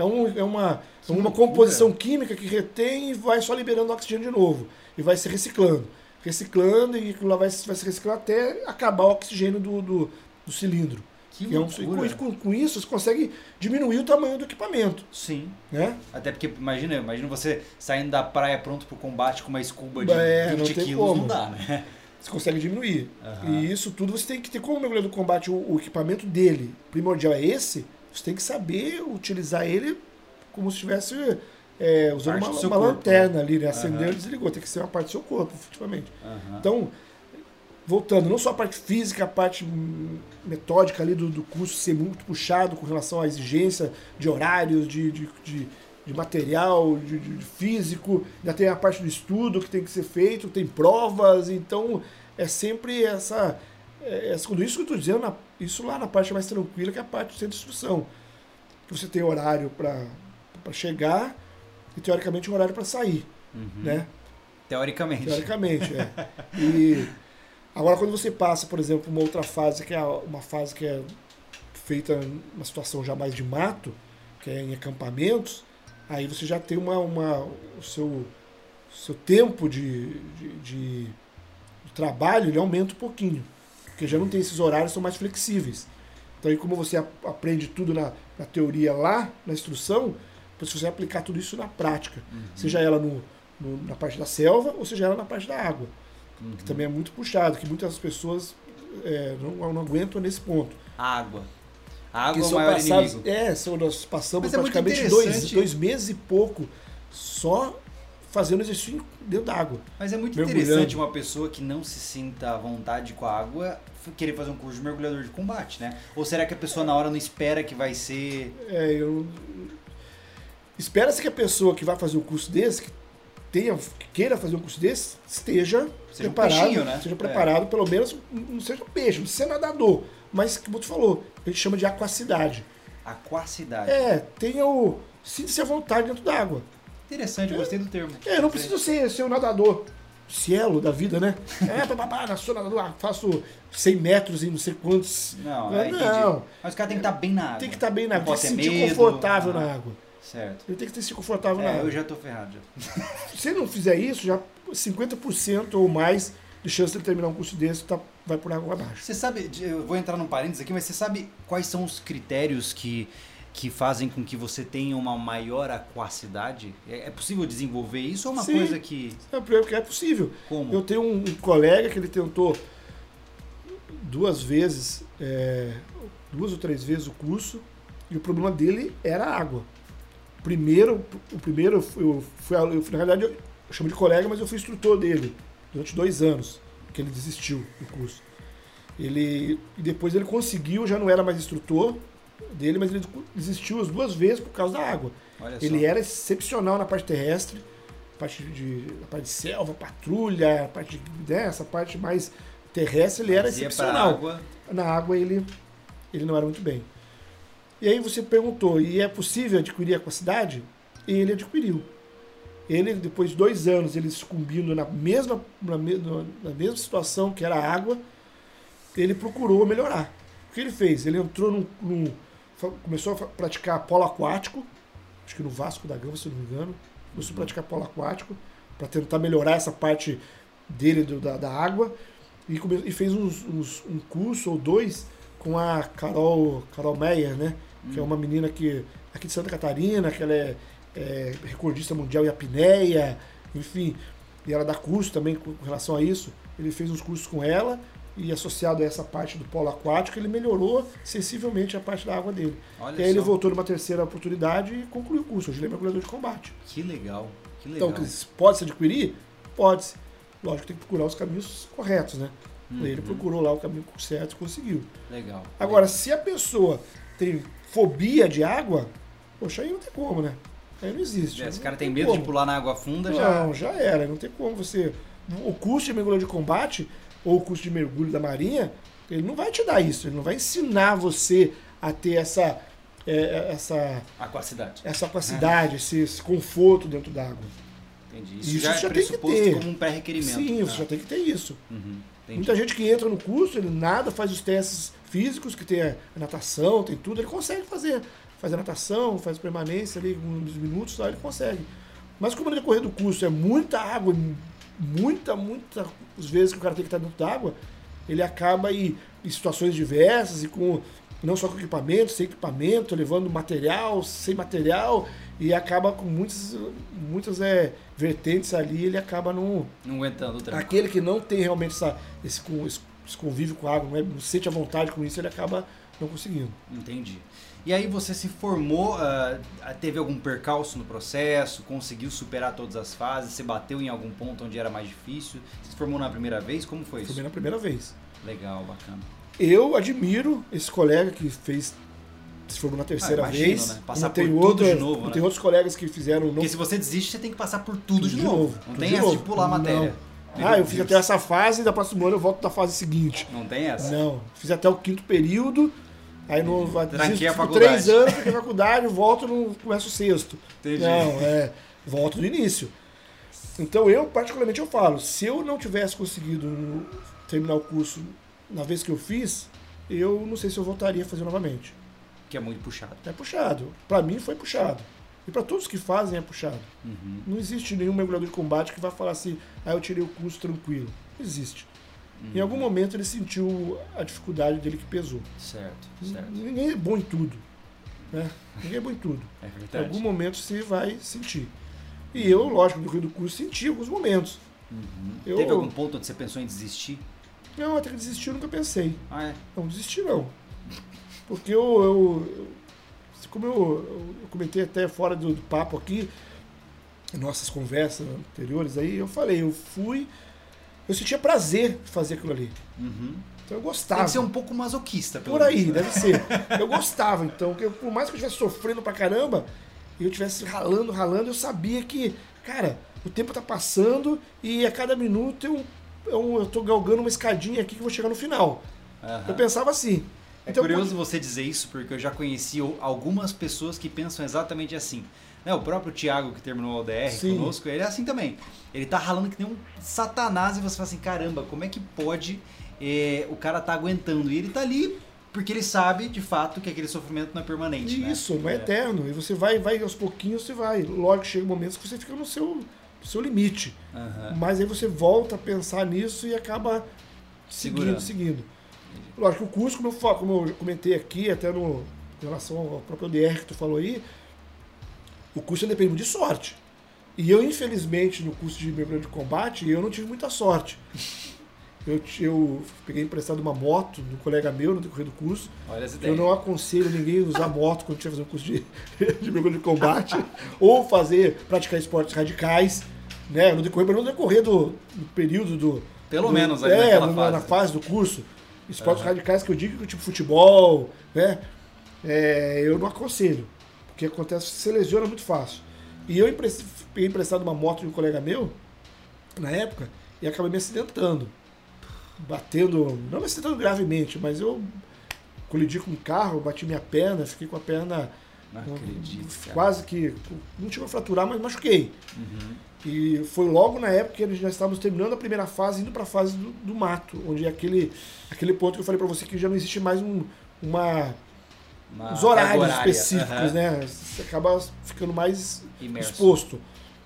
uma composição química que retém e vai só liberando oxigênio de novo. E vai se reciclando. Reciclando e aquilo lá vai se reciclando até acabar o oxigênio do cilindro. Com isso, você consegue diminuir o tamanho do equipamento. Sim. Né? Até porque, imagina você saindo da praia pronto para o combate com uma escuba de 20 quilos, como. não dá, né? Você consegue diminuir. E isso tudo você tem que ter, como mergulhador do combate, o equipamento dele primordial é esse, você tem que saber utilizar ele como se estivesse usando uma lanterna ali, né? Acendeu e desligou. Tem que ser uma parte do seu corpo, efetivamente. Então, voltando, não só a parte física, a parte metódica ali do curso ser muito puxado com relação à exigência de horários, de material, de físico, ainda tem a parte do estudo que tem que ser feito, tem provas, então é sempre Tudo isso que eu estou dizendo, isso lá na parte mais tranquila, que é a parte do centro de instrução. Que você tem horário para chegar e, teoricamente, um horário para sair. Né? Teoricamente. Teoricamente, E agora, quando você passa, por exemplo, uma outra fase, que é uma fase que é feita numa situação já mais de mato, que é em acampamentos, aí você já tem o seu tempo de trabalho, ele aumenta um pouquinho. Porque já não tem esses horários, são mais flexíveis. Então, aí como você aprende tudo na teoria lá, na instrução, depois você vai aplicar tudo isso na prática. Seja ela na parte da selva, ou seja ela na parte da água. Que também é muito puxado, que muitas pessoas não aguentam nesse ponto. A água é o maior inimigo. Nós passamos praticamente 2 meses e pouco só fazendo exercício dentro da água. Mas é muito interessante uma pessoa que não se sinta à vontade com a água querer fazer um curso de mergulhador de combate, né? Ou será que a pessoa na hora não espera que vai ser... Espera-se que a pessoa que vai fazer um curso desse, que queira fazer um curso desse, seja preparado, peixinho, né? Seja preparado, pelo menos não seja peixe, não seja nadador, mas como tu falou, a gente chama de aquacidade. Aquacidade. Sinta-se à vontade dentro da água. Interessante, eu gostei do termo. Não precisa ser um nadador cielo da vida, né? Sou nadador, faço 100 metros e não sei quantos. Não. Mas o cara tem que estar bem na água. Tem que estar bem na água, tem que se sentir confortável na água. Certo. Ele tem que se sentir confortável na água. Eu já tô ferrado já. Se você não fizer isso, já 50% ou mais de chance de ele terminar um curso desse vai por água abaixo. Você sabe, eu vou entrar num parênteses aqui, mas você sabe quais são os critérios que fazem com que você tenha uma maior aquacidade? É possível desenvolver isso ou é uma coisa que... Porque é possível. Como? Eu tenho um colega que ele tentou 2 ou 3 vezes o curso e o problema dele era a água. O primeiro na realidade, eu chamo de colega, mas eu fui instrutor dele durante 2 anos, que ele desistiu do curso. E depois ele conseguiu, já não era mais instrutor dele, mas ele desistiu as 2 vezes por causa da água. Ele era excepcional na parte terrestre, na parte de selva, patrulha, essa parte mais terrestre, ele era excepcional. Na água ele não era muito bem. E aí você perguntou, e é possível adquirir a aquacidade? E ele adquiriu. Ele, depois de 2 anos, ele sucumbindo na mesma situação que era a água, ele procurou melhorar. O que ele fez? Ele entrou começou a praticar polo aquático, acho que no Vasco da Gama, se não me engano. Começou a praticar polo aquático para tentar melhorar essa parte dele da água e fez um curso ou 2 com a Carol Meyer, né? Que é uma menina aqui de Santa Catarina, que ela é recordista mundial em apneia, enfim, e ela dá curso também com relação a isso. Ele fez uns cursos com ela e associado a essa parte do polo aquático, ele melhorou sensivelmente a parte da água dele. E aí ele voltou numa 3ª oportunidade e concluiu o curso. Hoje ele é mergulhador de combate. Que legal. Então, pode-se adquirir? Pode-se. Lógico que tem que procurar os caminhos corretos, né? Ele procurou lá o caminho certo e conseguiu. Legal. Agora, se a pessoa tem fobia de água, poxa, aí não tem como, né? Aí não existe. Esse cara tem medo de pular na água funda, já era. Não tem como você... O curso de mergulho de combate ou o curso de mergulho da Marinha, ele não vai te dar isso. Ele não vai ensinar você a ter essa aquacidade, esse conforto dentro da água. Entendi. Isso já é pressuposto como um pré-requerimento. Sim, você já tem que ter isso. Muita gente que entra no curso, ele nada, faz os testes físicos, que tem a natação, tem tudo, ele consegue fazer a natação, faz permanência ali, uns minutos, ele consegue. Mas como no decorrer do curso é muita água, muitas vezes que o cara tem que estar dentro d'água, ele acaba em situações diversas e não só com equipamento, sem equipamento, levando material, sem material, e acaba com muitas vertentes ali, ele acaba não aguentando o tranco. Aquele que não tem realmente esse convívio com a água, não sente a vontade com isso, ele acaba não conseguindo. Entendi. E aí você se formou, teve algum percalço no processo, conseguiu superar todas as fases, você bateu em algum ponto onde era mais difícil? Você se formou na primeira vez? Como foi isso? Formei na primeira vez. Legal, bacana. Eu admiro esse colega que se formou na 3ª vez. Né? Passar por tudo de novo, né? Tem outros colegas que fizeram... Porque se você desiste, você tem que passar por tudo de novo. Não tem essa de pular a matéria. Eu fiz até essa fase e da próxima ano eu volto da fase seguinte. Não tem essa? Não. Fiz até o 5º período, aí tranquei a fico faculdade. 3 anos, tranquei a faculdade, volto e começo o 6º. Entendi. Não, volto do início. Então eu, particularmente, eu falo, se eu não tivesse conseguido terminar o curso na vez que eu fiz, eu não sei se eu voltaria a fazer novamente. Que é muito puxado. É puxado. Pra mim foi puxado. E pra todos que fazem é puxado. Uhum. Não existe nenhum mergulhador de combate que vai falar assim, eu tirei o curso tranquilo. Não existe. Em algum momento ele sentiu a dificuldade dele que pesou. Certo. Ninguém é bom em tudo. Né? Ninguém é bom em tudo. É Em verdade. algum momento você vai sentir. E eu, lógico, no decorrer do curso senti em alguns momentos. Teve algum ponto onde você pensou em desistir? Não, até que desistir eu nunca pensei. Ah, é? Não, desistir não. Porque como eu comentei até fora do papo aqui, em nossas conversas anteriores aí, eu falei, eu sentia prazer de fazer aquilo ali. Então eu gostava. Tem que ser um pouco masoquista, pelo Por aí, menos, né? deve ser. Eu gostava, então, por mais que eu estivesse sofrendo pra caramba, e eu estivesse ralando, eu sabia que, cara, o tempo tá passando e a cada minuto eu tô galgando uma escadinha aqui que eu vou chegar no final. Eu pensava assim. É curioso você dizer isso, porque eu já conheci algumas pessoas que pensam exatamente assim. Né, o próprio Thiago, que terminou o ODR conosco, ele é assim também. Ele tá ralando que nem um satanás e você fala assim, caramba, como é que pode o cara tá aguentando? E ele tá ali porque ele sabe, de fato, que aquele sofrimento não é permanente. Isso, né? não é eterno. E você vai aos pouquinhos, você vai. Lógico que chega momentos que você fica no seu limite. Mas aí você volta a pensar nisso e acaba seguindo. Lógico, o curso, como eu comentei aqui, até em relação ao próprio ODR que tu falou aí, o curso depende muito de sorte. E eu, infelizmente, no curso de mergulho de combate, eu não tive muita sorte. Eu peguei emprestado uma moto de um colega meu no decorrer do curso. Olha essa ideia. Eu não aconselho ninguém a usar moto quando estiver fazendo um curso de mergulho de combate ou praticar esportes radicais, né? No decorrer do período Pelo menos ali naquela fase. Na fase do curso. Esportes radicais que eu digo, tipo futebol, né? Eu não aconselho, porque acontece que você lesiona muito fácil. E eu peguei emprestado uma moto de um colega meu, na época, e acabei me acidentando. Não me acidentando gravemente, mas eu colidi com um carro, bati minha perna, fiquei com a perna quase que, não chegou a fraturar, mas machuquei. E foi logo na época que nós já estávamos terminando a primeira fase, indo para a fase do mato, onde é aquele ponto que eu falei para você que já não existe mais os horários específicos, né? Você acaba ficando mais exposto.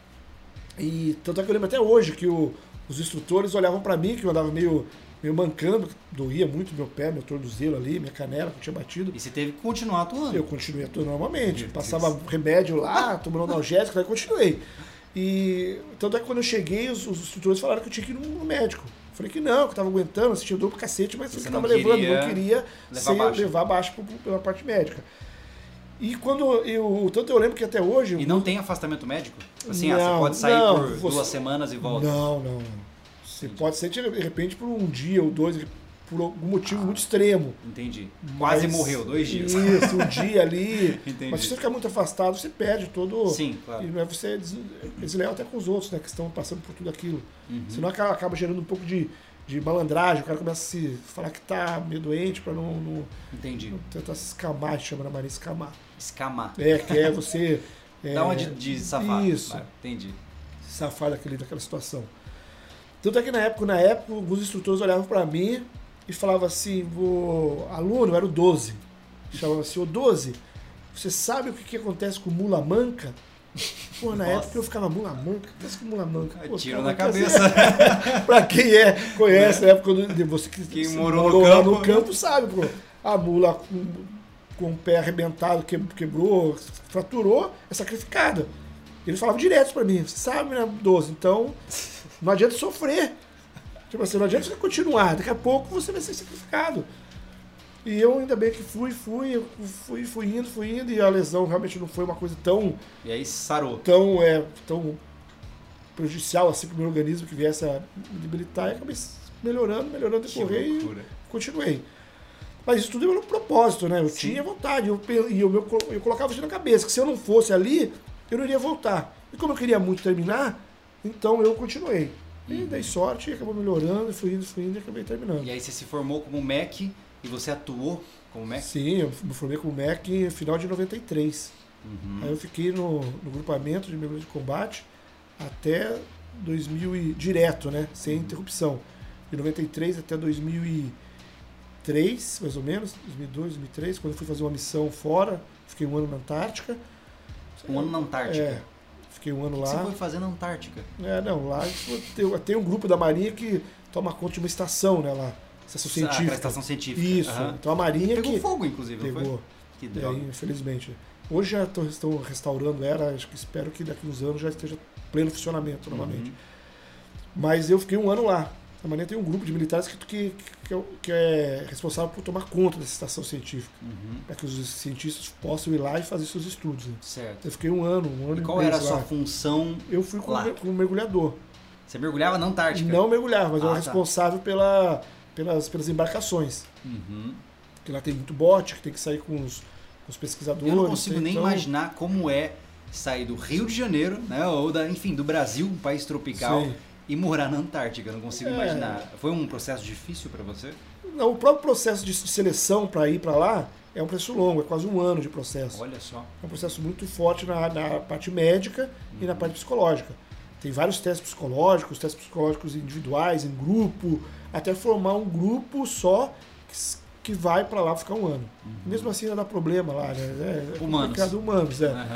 E tanto é que eu lembro até hoje que os instrutores olhavam para mim, que eu andava meio mancando, doía muito meu pé, meu tornozelo ali, minha canela que eu tinha batido. E você teve que continuar atuando? Eu continuei atuando normalmente. Passava remédio lá, tomando analgésico, aí continuei. E tanto é que quando eu cheguei, os instrutores falaram que eu tinha que ir no médico. Eu falei que não, que eu tava aguentando, sentia dor pro cacete, mas eu tava levando, não queria levar abaixo pela parte médica. E tanto eu lembro que até hoje... E não tem afastamento médico? Assim, não, você pode sair por 2 semanas e volta? Não. Você pode ser, de repente, por um dia ou 2, por algum motivo muito extremo. Entendi. Quase morreu, 2 dias. Isso, um dia ali. Entendi. Mas se você ficar muito afastado, você perde todo... Sim, claro. E não é você desleal até com os outros, né, que estão passando por tudo aquilo. Senão acaba gerando um pouco de malandragem, o cara começa a se falar que tá meio doente pra não Entendi. tentar se escamar, chama na Maria escamar. Escamar. Que é você... Dá uma de safar. Isso. Entendi. Se safar daquela situação. Tanto é que na época, alguns instrutores olhavam pra mim e falavam assim, aluno, eu era o 12. Chamava assim, o 12, você sabe o que acontece com mula manca? Pô, na época eu ficava mula manca, o que acontece com mula manca? Pô, tiro na cabeça. Pra quem conhece a época de você que morou no campo sabe, pô. A mula com o pé arrebentado, quebrou, fraturou, é sacrificada. Eles falavam direto pra mim, você sabe, né, 12, então não adianta sofrer. Tipo assim, não adianta você continuar, daqui a pouco você vai ser sacrificado. E eu ainda bem que fui indo, e a lesão realmente não foi uma coisa tão... E aí sarou. Tão prejudicial assim pro meu organismo que viesse a me debilitar, e acabei melhorando, decorrer e continuei. Mas isso tudo era um propósito, né? Eu tinha vontade, eu colocava isso na cabeça, que se eu não fosse ali, eu não iria voltar. E como eu queria muito terminar, então eu continuei. E dei sorte e acabou melhorando, fui indo e acabei terminando. E aí você se formou como MEC e você atuou como MEC? Sim, eu me formei como MEC no final de 93. Aí eu fiquei no grupamento de mergulho de combate até 2000 direto, né? Sem interrupção. De 93 até 2003, mais ou menos, 2002, 2003, quando eu fui fazer uma missão fora, fiquei um ano na Antártica. Um ano na Antártica? É, fiquei um ano lá. O que você foi fazer na Antártica? Não, lá tem um grupo da Marinha que toma conta de uma estação, né, lá. Estação científica. Estação científica. Isso, então a Marinha pegou fogo, inclusive, pegou. Não foi? Que droga. Infelizmente. Hoje já estão restaurando ela, espero que daqui uns anos já esteja pleno funcionamento novamente. Mas eu fiquei um ano lá. A Marinha tem um grupo de militares que é responsável por tomar conta dessa estação científica, para que os cientistas possam ir lá e fazer seus estudos. Né? Certo. Eu fiquei um ano e qual era a sua função? Eu fui como mergulhador. Você mergulhava na Antártica? Não mergulhava, mas eu era responsável pelas embarcações. Porque lá tem muito bote, que tem que sair com os pesquisadores. Eu não consigo nem imaginar como é sair do Rio de Janeiro, né, ou do Brasil, um país tropical, Sim. e morar na Antártica. Eu não consigo imaginar. Foi um processo difícil para você? Não, o próprio processo de seleção para ir para lá é um processo longo, é quase um ano de processo. Olha só. É um processo muito forte na parte médica e na parte psicológica. Tem vários testes psicológicos individuais, em grupo, até formar um grupo só que vai para lá ficar um ano. Mesmo assim ainda dá problema lá, né? É complicado, humanos.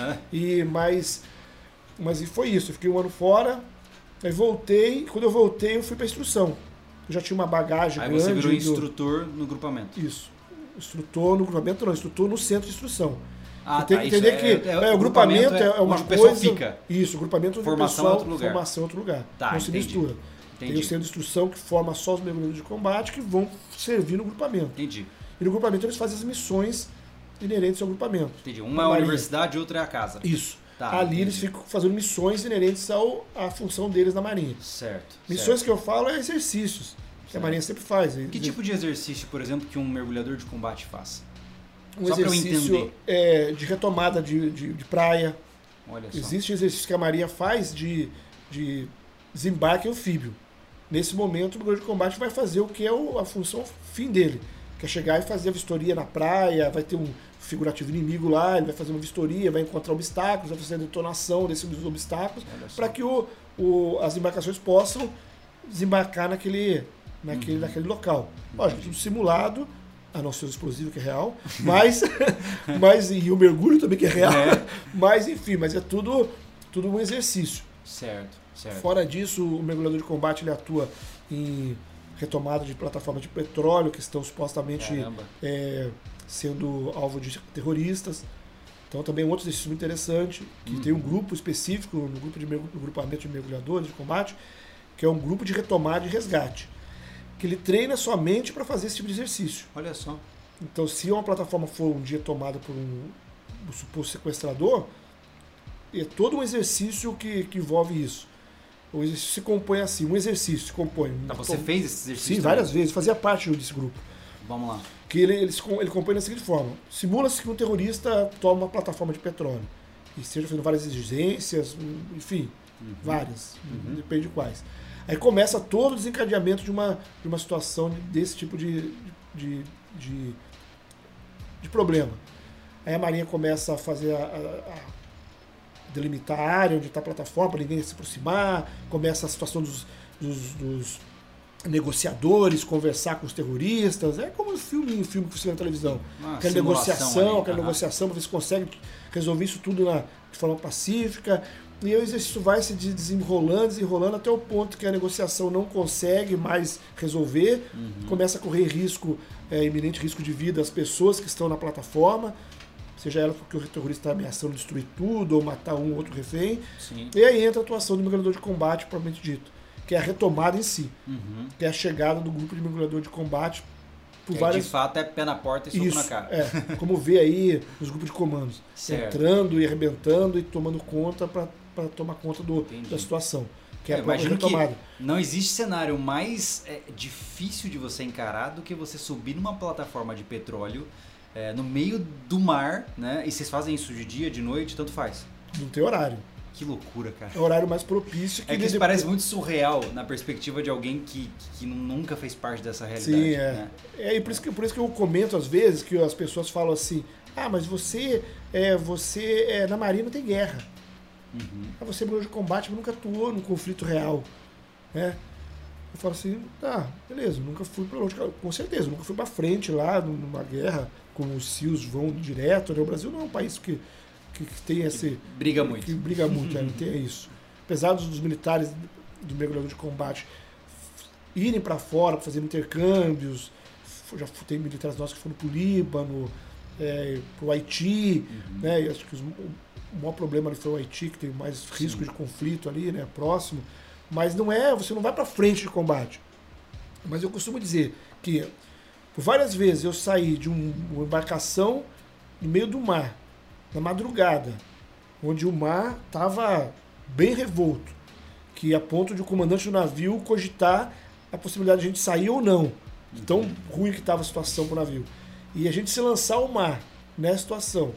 Mas foi isso, eu fiquei um ano fora, aí voltei, quando eu voltei eu fui para instrução. Eu já tinha uma bagagem grande. Aí você virou instrutor no grupamento. Isso. Instrutor no grupamento não, instrutor no centro de instrução. Tem que entender que o grupamento é uma coisa... Fica. Isso, o grupamento formação pessoal, em outro lugar. Formação em outro lugar. Não se mistura. Entendi. Tem o centro de instrução que forma só os mergulhadores de combate que vão servir no grupamento. Entendi. E no grupamento eles fazem as missões inerentes ao grupamento. Entendi. Uma é a universidade, outra é a casa. Isso. Ali eles ficam fazendo missões inerentes à função deles na Marinha. Certo. Missões que eu falo é exercícios, que a Marinha sempre faz. Que tipo de exercício, por exemplo, que um mergulhador de combate faz? Um exercício de retomada de praia. Olha só. Existe exercício que a Marinha faz de desembarque anfíbio. Nesse momento, o mergulhador de combate vai fazer o que é a função fim dele, que é chegar e fazer a vistoria na praia, vai ter um figurativo inimigo lá, ele vai fazer uma vistoria, vai encontrar obstáculos, vai fazer a detonação desses obstáculos, para que as embarcações possam desembarcar naquele local. Lógico, tudo simulado, a não ser o explosivo que é real, mas e o mergulho também que é real, mas enfim, mas é tudo um exercício. Certo. Fora disso, o mergulhador de combate ele atua em retomada de plataformas de petróleo que estão supostamente sendo alvo de terroristas. Então também é um outro exercício muito interessante, que tem um grupo específico, no grupamento de mergulhadores de combate, que é um grupo de retomada e resgate, que ele treina somente para fazer esse tipo de exercício. Olha só. Então se uma plataforma for um dia tomada por um suposto sequestrador, é todo um exercício que envolve isso. O exercício se compõe assim, um exercício se compõe. Você fez esse exercício? Sim, várias vezes, fazia parte desse grupo. Vamos lá. Que ele compõe da seguinte forma: simula-se que um terrorista toma uma plataforma de petróleo e esteja fazendo várias exigências, enfim, várias, depende de quais. Aí começa todo o desencadeamento de uma situação desse tipo de problema. Aí a Marinha começa a fazer delimitar a área onde está a plataforma para ninguém se aproximar, começa a situação dos negociadores conversar com os terroristas, é como um filme que você vê na televisão. Aquela negociação para ver se consegue resolver isso tudo de forma pacífica. E aí o exercício vai se desenrolando até o ponto que a negociação não consegue mais resolver, começa a correr iminente risco de vida às pessoas que estão na plataforma, seja ela porque o terrorista está ameaçando destruir tudo ou matar um ou outro refém. Sim. E aí entra a atuação do mergulhador de combate, propriamente dito, que é a retomada em si, que é a chegada do grupo de mergulhador de combate por várias... De fato é pé na porta e soco na cara. Como vê aí os grupos de comandos, entrando e arrebentando e tomando conta para tomar conta da situação. Que é a própria retomada. Que não existe cenário mais difícil de você encarar do que você subir numa plataforma de petróleo no meio do mar, né? E vocês fazem isso de dia, de noite, tanto faz? Não tem horário. Que loucura, cara. É o horário mais propício. É que isso parece muito surreal na perspectiva de alguém que nunca fez parte dessa realidade. Sim, né? E por isso que eu comento às vezes que as pessoas falam assim, mas você na Marinha não tem guerra. Você é piloto de combate, mas nunca atuou num conflito real. Né? Eu falo assim, beleza, nunca fui com certeza, nunca fui pra frente lá numa guerra, como os SEALs vão direto, né? O Brasil não é um país que tem esse... Briga muito. Que briga muito, não tem isso. Apesar dos militares do mergulhador de combate irem para fora para fazer intercâmbios, já tem militares nossos que foram para o Líbano, para o Haiti, né? E acho que o maior problema ali foi o Haiti, que tem mais risco de conflito ali, né? Próximo. Mas você não vai para frente de combate. Mas eu costumo dizer que por várias vezes eu saí de uma embarcação no meio do mar, na madrugada, onde o mar estava bem revolto, que a ponto de o comandante do navio cogitar a possibilidade de a gente sair ou não, de tão ruim que estava a situação para o navio. E a gente se lançar ao mar nessa situação,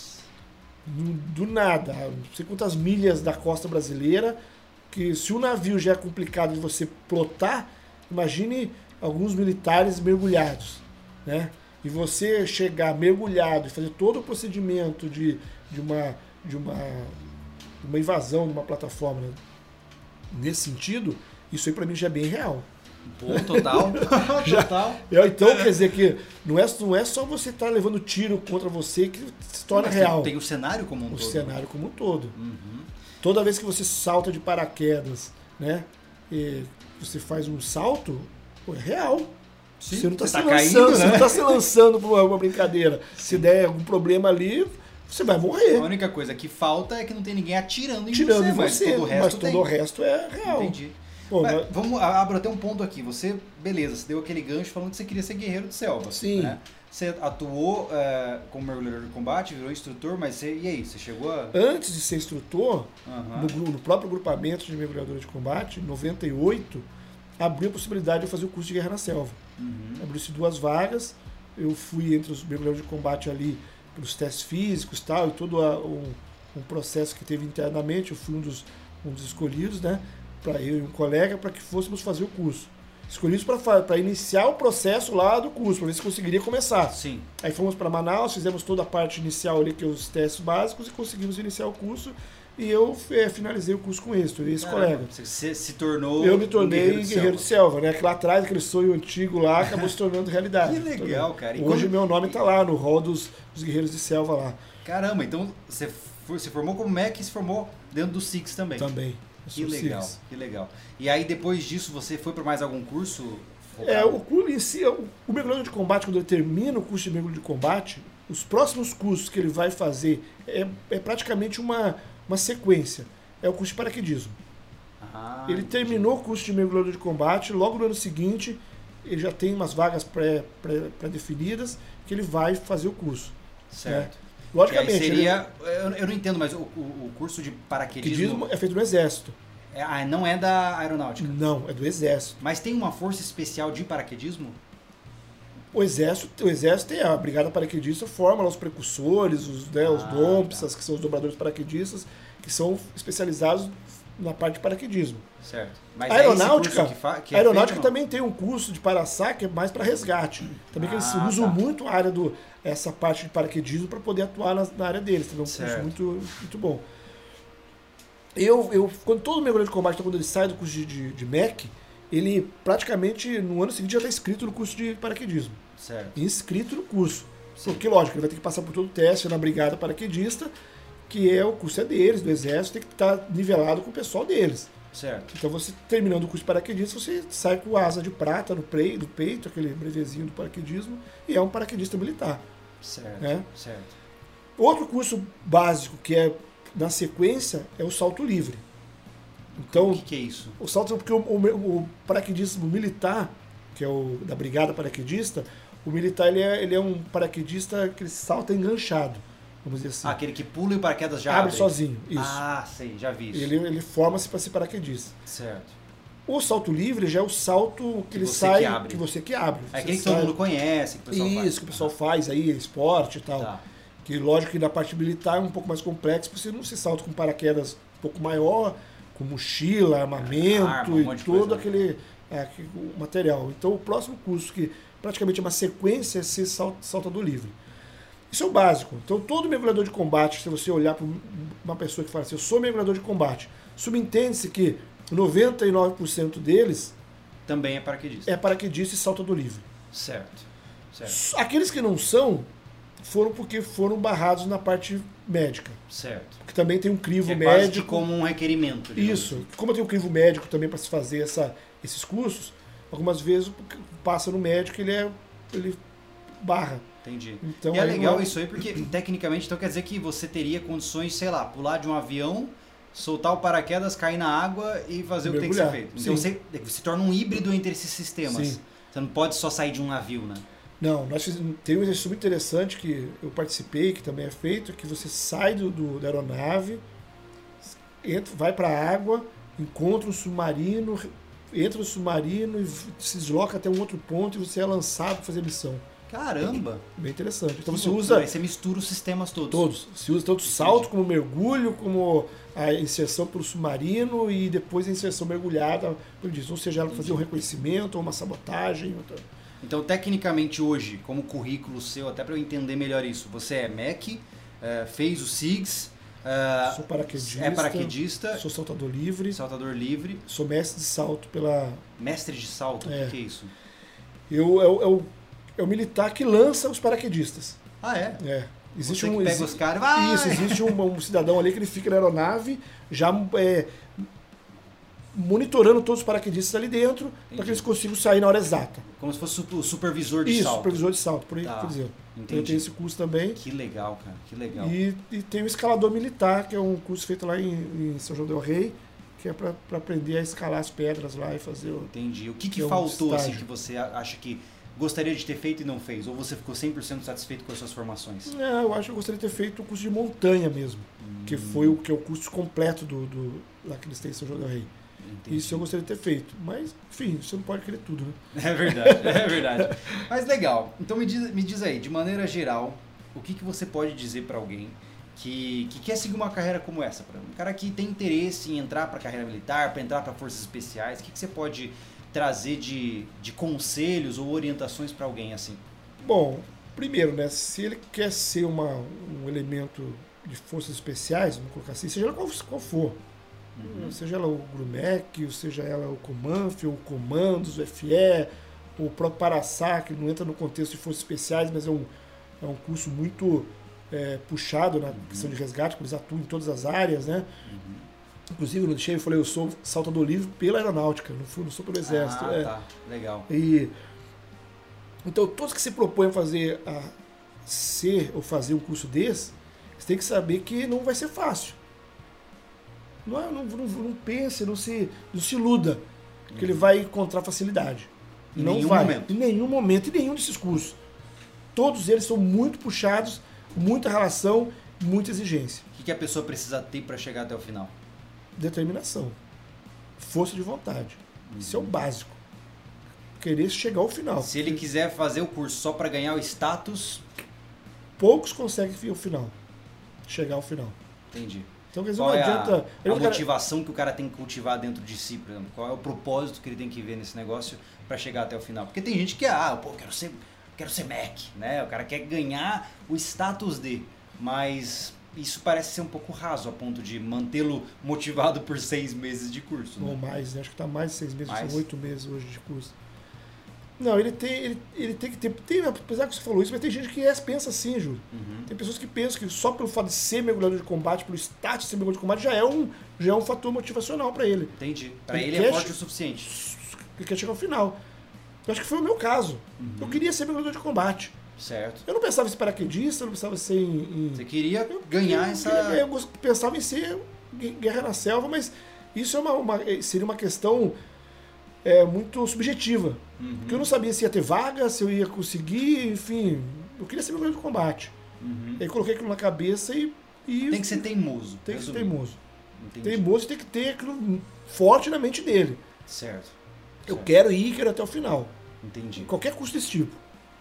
do nada, não sei quantas milhas da costa brasileira, que se o navio já é complicado de você plotar, imagine alguns militares mergulhados, né? E você chegar mergulhado e fazer todo o procedimento de uma invasão de uma plataforma, né? Nesse sentido, isso aí para mim já é bem real. Pô, total. Total. Então, quer dizer que não é só você estar levando tiro contra você que se torna real. Tem o cenário como um todo. O cenário como um todo. Toda vez que você salta de paraquedas, né? E você faz um salto, é real. Sim, você não está se tá lançando, caindo, né? você não está se lançando para uma brincadeira. Sim. Se der algum problema ali, você vai morrer. A única coisa que falta é que não tem ninguém atirando em você, mas todo o resto é real. Entendi. Bom, vamos abrir até um ponto aqui. Você deu aquele gancho falando que você queria ser guerreiro de selva. Sim. Né? Você atuou como mergulhador de combate, virou instrutor, mas e aí? Você chegou a... Antes de ser instrutor, no próprio grupamento de mergulhadores de combate, em 98, abriu a possibilidade de eu fazer o curso de guerra na selva. Abriu-se 2 vagas, eu fui entre os mergulhadores de combate ali, pelos testes físicos tal, e todo um processo que teve internamente, eu fui um dos escolhidos, né, para eu e um colega, para que fôssemos fazer o curso. Escolhidos para iniciar o processo lá do curso, para ver se conseguiria começar. Sim. Aí fomos para Manaus, fizemos toda a parte inicial ali, que é os testes básicos, e conseguimos iniciar o curso. E eu finalizei o curso com êxito, esse colega. Você se tornou... Eu me tornei guerreiro de selva, né? Que lá atrás, aquele sonho antigo lá, acabou se tornando realidade. Que legal, cara. E hoje meu nome está lá, no hall dos guerreiros de selva lá. Caramba, então você se formou como MEC e se formou dentro do SIX também. Também. Que legal, que legal. E aí depois disso você foi para mais algum curso? O curso em si, o mergulhador de combate, quando ele termina o curso de mergulho de combate, os próximos cursos que ele vai fazer é praticamente uma sequência. É o curso de paraquedismo. Ele terminou o curso de mergulhador de combate, logo no ano seguinte ele já tem umas vagas pré-definidas que ele vai fazer o curso. Certo. Né? Logicamente. Seria, eu não entendo, mas o curso de paraquedismo é feito no Exército. Não é da aeronáutica? Não, é do Exército. Mas tem uma força especial de paraquedismo? O Exército tem a Brigada Paraquedista, forma lá os precursores, os DOMPSAs, que são os dobradores paraquedistas, que são especializados na parte de paraquedismo. Certo. Mas a aeronáutica, que a aeronáutica também tem um curso de para-SAC, que é mais para resgate. Também que eles usam muito a área essa parte de paraquedismo para poder atuar na área deles. Então é um curso muito, muito bom. Quando todo mergulhador de combate, quando ele sai do curso de MEC, ele praticamente no ano seguinte já está inscrito no curso de paraquedismo. Certo. Inscrito no curso. Sim. Porque, lógico, ele vai ter que passar por todo o teste na Brigada Paraquedista, que o curso deles, do Exército, tem que estar nivelado com o pessoal deles. Certo. Então, você terminando o curso de paraquedista, você sai com asa de prata no peito, aquele brevezinho do paraquedismo, e é um paraquedista militar. Certo, né? Certo. Outro curso básico que é na sequência é o salto livre. Então, o que é isso? O salto porque o paraquedismo militar, que é o da Brigada Paraquedista, o militar ele é um paraquedista que ele salta enganchado, vamos dizer assim. Aquele que pula e o paraquedas já abre sozinho, isso. Sei, já vi isso. Ele forma-se para ser paraquedista. Certo. O salto livre já é o salto que ele sai, que você que abre. É aquele que todo mundo conhece, que o pessoal faz. Isso, que o pessoal faz aí, esporte e tal. Tá. Que lógico que na parte militar é um pouco mais complexo, porque você não se salta com paraquedas um pouco maior, com mochila, armamento arma, e todo aquele material. Então o próximo curso, que praticamente é uma sequência, é ser saltador livre. Isso é o básico. Então todo mergulhador de combate, se você olhar para uma pessoa que fala assim, eu sou mergulhador de combate, subentende-se que 99% deles também é paraquedista. É paraquedista e saltador livre. Certo. Aqueles que não são, foram porque foram barrados na parte médica. Certo. Que também tem um crivo médico. Quase que como um requerimento. Isso. Assim. Como tem um crivo médico também para se fazer esses cursos, algumas vezes passa no médico e ele barra. Entendi. Então, e é legal isso aí, porque tecnicamente então quer dizer que você teria condições, sei lá, pular de um avião, soltar o paraquedas, cair na água e fazer mergulhar. O que tem que ser feito. Então você se torna um híbrido entre esses sistemas. Sim. Você não pode só sair de um navio, né? Não, tem um exercício muito interessante que eu participei, que também é feito, que você sai da aeronave, vai para a água, encontra um submarino, entra no submarino e se desloca até um outro ponto e você é lançado para fazer missão. Caramba! Bem interessante. Então que você loucura. usa... Aí você mistura os sistemas todos. Todos. Você usa tanto salto como mergulho, como a inserção pelo submarino e depois a inserção mergulhada, ou seja, ela fazer um reconhecimento ou uma sabotagem. Então, tecnicamente hoje, como currículo seu, até para eu entender melhor isso, você é MEC, fez o SIGS, sou paraquedista, é paraquedista, sou saltador livre, sou mestre de salto pela... Mestre de salto? O que é isso? É o militar que lança os paraquedistas. Ah, é? É. Existe você que pega os caras e vai! Isso, existe um cidadão ali que ele fica na aeronave, já monitorando todos os paraquedistas ali dentro, para que eles consigam sair na hora exata. Como se fosse o supervisor de salto. Supervisor de salto, por aí que eu dizer. Então eu tenho esse curso também. Que legal, cara, que legal. E tem o escalador militar, que é um curso feito lá em São João del Rei, que é para aprender a escalar as pedras lá e fazer o... Entendi. O que faltou, assim, que você acha que gostaria de ter feito e não fez? Ou você ficou 100% satisfeito com as suas formações? Eu acho que eu gostaria de ter feito o curso de montanha mesmo, que foi o curso completo lá que eles têm em São João del Rei. Entendi. Isso eu gostaria de ter feito. Mas, enfim, você não pode querer tudo, né? É verdade, é verdade. Mas legal. Então me diz aí, de maneira geral, o que você pode dizer para alguém que quer seguir uma carreira como essa? Um cara que tem interesse em entrar para a carreira militar, para entrar para forças especiais, o que você pode trazer de conselhos ou orientações para alguém assim? Bom, primeiro, né, se ele quer ser um elemento de forças especiais, vamos colocar assim, seja ela qual for, seja ela o GRUMEC, ou seja ela o COMANF, ou o Comandos, o FE, o próprio Paraçá, que não entra no contexto de forças especiais, mas é um curso muito puxado na questão de resgate, porque eles atuam em todas as áreas, né? Inclusive, no deixei, eu falei, eu sou saltador livre pela aeronáutica, não sou pelo exército. Tá, legal. Então, todos que se propõem a fazer um curso desse, você tem que saber que não vai ser fácil. Não pense, não se iluda que ele vai encontrar facilidade. Em nenhum momento. Em nenhum momento, em nenhum desses cursos. Todos eles são muito puxados, muita relação, muita exigência. O que a pessoa precisa ter para chegar até o final? Determinação, força de vontade. Isso é o básico. Querer chegar ao final. Se ele quiser fazer o curso só para ganhar o status... Poucos conseguem chegar ao final. Entendi. Então, quer dizer, qual não é adianta... a motivação que o cara tem que cultivar dentro de si, por exemplo? Qual é o propósito que ele tem que ver nesse negócio para chegar até o final? Porque tem gente que, quero ser MEC, né? O cara quer ganhar o status de, mas isso parece ser um pouco raso a ponto de mantê-lo motivado por 6 meses de curso. Ou mais, né? Acho que está mais de 6 meses, são 8 meses hoje de curso. Não, ele tem que ter, apesar que você falou isso, mas tem gente que pensa assim, Júlio. Tem pessoas que pensam que só pelo fato de ser mergulhador de combate, pelo status de ser mergulhador de combate, já é um fator motivacional para ele. Entendi. Para ele é forte o suficiente. Ele quer chegar ao final. Eu acho que foi o meu caso. Eu queria ser mergulhador de combate. Certo. Eu não pensava em ser paraquedista, eu não pensava em ser Você queria ganhar essa... Eu pensava em ser guerra na selva, mas isso seria uma questão muito subjetiva. Porque eu não sabia se ia ter vaga, se eu ia conseguir, enfim. Eu queria ser mergulhador de combate. Aí coloquei aquilo na cabeça e... Tem que ser teimoso. Tem que ser teimoso. Entendi. Teimoso tem que ter aquilo forte na mente dele. Certo. Eu quero ir até o final. Entendi. Qualquer custo desse tipo.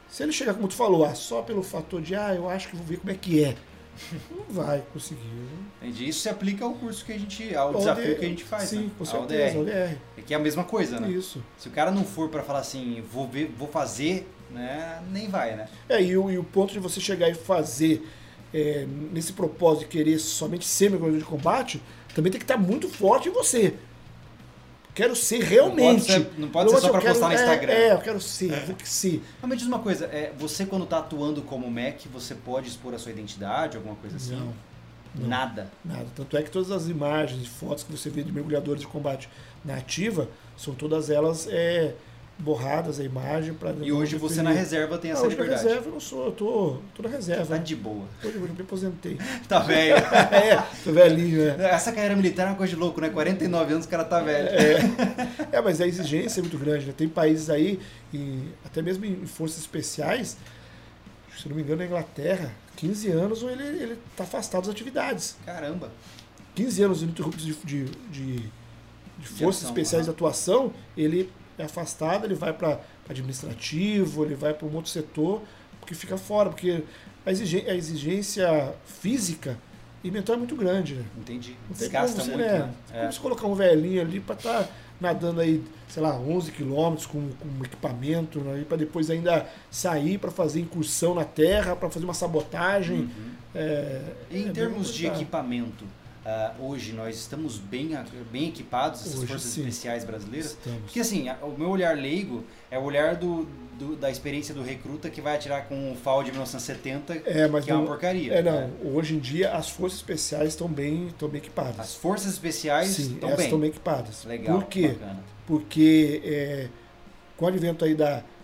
Se ele chegar, como tu falou, só pelo fator de, eu acho que vou ver como é que é, não vai conseguir. Entendi. Isso se aplica ao curso que a gente, ao desafio que a gente faz, sim, né? com certeza, ODR. É que é a mesma coisa, né? Isso. Se o cara não for para falar assim, vou fazer, né? Nem vai, né? E o ponto de você chegar e fazer nesse propósito de querer somente ser mergulhador de combate, também tem que estar muito forte em você. Quero ser realmente. Não pode ser só para postar no Instagram. Eu quero ser, eu vou que ser. Mas me diz uma coisa, você quando está atuando como MEC, você pode expor a sua identidade, alguma coisa assim? Não. Nada? Nada. Tanto é que todas as imagens e fotos que você vê de mergulhadores de combate na ativa, são todas elas borradas a imagem. E hoje você na reserva tem essa liberdade? Hoje na reserva eu não sou, eu tô na reserva. Tá de boa. Hoje eu me aposentei. Tá velho. Tô velhinho, Essa carreira militar é uma coisa de louco, né? 49 anos o cara tá velho. Mas a exigência é muito grande, né? Tem países aí, até mesmo em forças especiais, se não me engano na Inglaterra, 15 anos ou ele tá afastado das atividades. Caramba. 15 anos ininterruptos de forças especiais de atuação, ele é afastado, ele vai para administrativo, ele vai para um outro setor, porque fica fora, porque a exigência física e mental é muito grande, né? Entendi. Desgasta muito, né? Como você colocar um velhinho ali para estar nadando aí, sei lá, 11 quilômetros com equipamento, né? Para depois ainda sair para fazer incursão na terra, para fazer uma sabotagem. Em termos de equipamento, hoje nós estamos bem equipados, essas forças especiais brasileiras? Estamos. Porque assim, o meu olhar leigo é o olhar da experiência do recruta que vai atirar com o FAL de 1970, que é uma porcaria. Hoje em dia as forças especiais estão bem equipadas. As forças especiais estão bem equipadas. Legal. Por quê? Bacana. Porque com o advento aí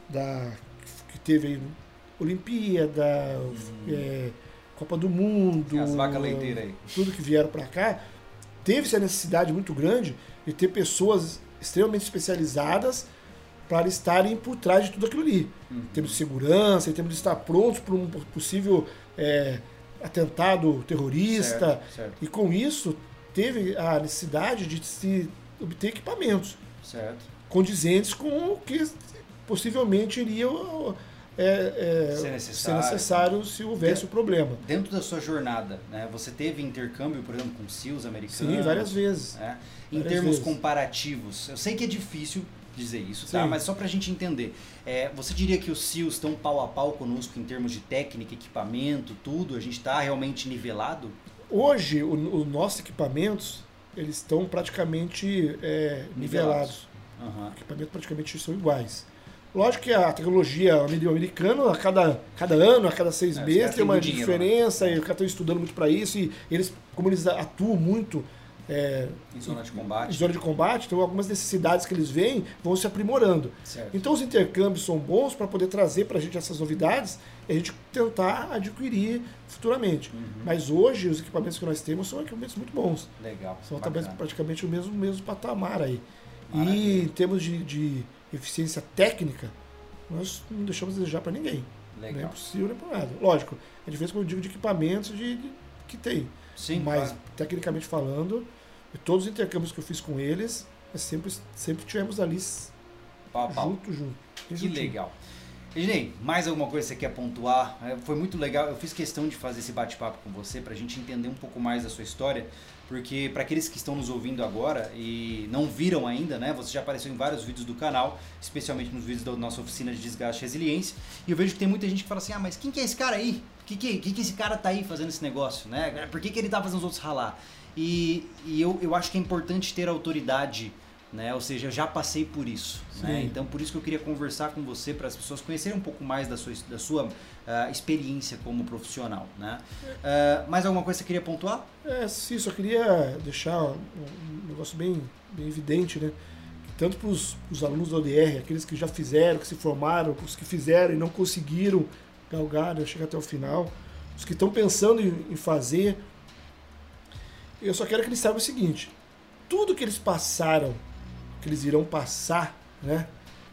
que teve aí Olimpíada, Copa do Mundo, as vacas leiteiras aí, tudo que vieram para cá, teve-se a necessidade muito grande de ter pessoas extremamente especializadas para estarem por trás de tudo aquilo ali. Em termos de segurança, em termos de estar prontos para um possível atentado terrorista. Certo. E com isso, teve a necessidade de se obter equipamentos condizentes com o que possivelmente iria ser necessário se houvesse o problema. Dentro da sua jornada, né, você teve intercâmbio, por exemplo, com SEALs americanos? Sim, várias vezes. Em termos comparativos, eu sei que é difícil dizer isso, tá? Mas só pra gente entender, você diria que os SEALs estão pau a pau conosco em termos de técnica, equipamento, tudo? A gente está realmente nivelado? Hoje, os nossos equipamentos, eles estão praticamente nivelados. Uhum. Os equipamentos praticamente são iguais. Lógico que a tecnologia americana, a cada ano, a cada 6 meses, tem uma diferença, e os caras estão estudando muito para isso, e como eles atuam muito em zona de combate, então algumas necessidades que eles veem vão se aprimorando. Certo. Então os intercâmbios são bons para poder trazer para a gente essas novidades e a gente tentar adquirir futuramente. Mas hoje os equipamentos que nós temos são equipamentos muito bons. Legal. São praticamente o mesmo patamar aí. Maravilha. E em termos de eficiência técnica, nós não deixamos a desejar para ninguém. Legal. Nem é possível, nem para nada. Lógico, a diferença quando eu digo de equipamentos que tem. Sim, mas, tecnicamente falando, todos os intercâmbios que eu fiz com eles, nós sempre tivemos ali junto. Que legal. Ednei, mais alguma coisa que você quer pontuar? Foi muito legal, eu fiz questão de fazer esse bate-papo com você para a gente entender um pouco mais da sua história, porque para aqueles que estão nos ouvindo agora e não viram ainda, né, você já apareceu em vários vídeos do canal, especialmente nos vídeos da nossa oficina de desgaste e resiliência, e eu vejo que tem muita gente que fala assim, mas quem que é esse cara aí? Que esse cara tá aí fazendo esse negócio, né? Por que ele tá fazendo os outros ralar? E eu acho que é importante ter autoridade, né? Ou seja, eu já passei por isso, né? Então por isso que eu queria conversar com você, para as pessoas conhecerem um pouco mais da sua experiência como profissional, né? Mais alguma coisa que você queria pontuar? Sim, só queria deixar um negócio bem evidente, né? Tanto para os alunos da ODR, aqueles que já fizeram, que se formaram, os que fizeram e não conseguiram galgar, chegar até o final, os que estão pensando em fazer, eu só quero que eles saibam o seguinte: tudo que eles passaram, que eles irão passar, né,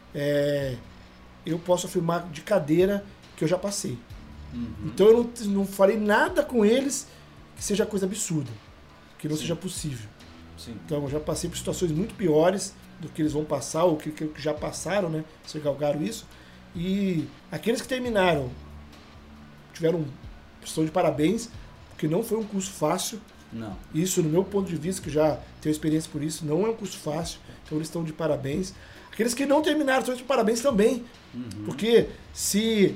eu posso afirmar de cadeira que eu já passei. Então eu não farei nada com eles que seja coisa absurda, que não seja possível. Então eu já passei por situações muito piores do que eles vão passar, ou que já passaram, né, se galgaram isso. E aqueles que terminaram estão de parabéns, porque não foi um curso fácil. Não. Isso, no meu ponto de vista, que já tenho experiência por isso, não é um curso fácil. Então eles estão de parabéns. Aqueles que não terminaram estão de parabéns também. Porque se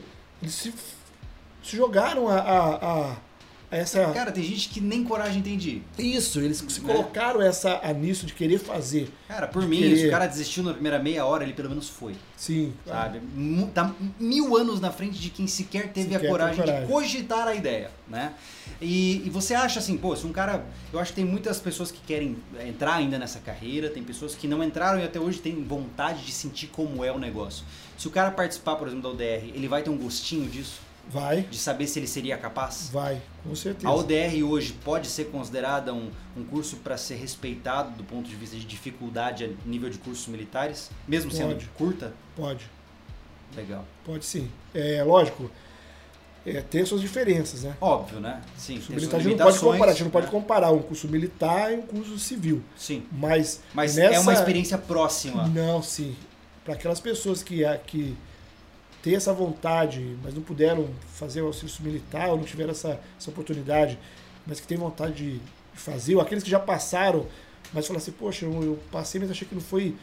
jogaram a essa... Cara, tem gente que nem coragem tem de ir. Isso, eles se colocaram nisso de querer fazer. Cara, por mim, se o cara desistiu na primeira meia hora, ele pelo menos foi. Sim. Sabe? Tá 1000 anos na frente de quem sequer teve a coragem de cogitar a ideia, né? E você acha assim, pô, se um cara... Eu acho que tem muitas pessoas que querem entrar ainda nessa carreira, tem pessoas que não entraram e até hoje têm vontade de sentir como é o negócio. Se o cara participar, por exemplo, da ODR, ele vai ter um gostinho disso? Vai. De saber se ele seria capaz? Vai, com certeza. A ODR hoje pode ser considerada um curso para ser respeitado do ponto de vista de dificuldade a nível de cursos militares? Mesmo sendo curta? Pode. Legal. Pode sim. É lógico, tem suas diferenças, né? Óbvio, né? Sim, tem suas limitações. A gente não pode comparar um curso militar e um curso civil. Sim. Mas é uma experiência próxima. Não, sim. Para aquelas pessoas que ter essa vontade, mas não puderam fazer o serviço militar ou não tiveram essa oportunidade, mas que tem vontade de fazer, ou aqueles que já passaram, mas falam assim, poxa, eu passei, mas achei que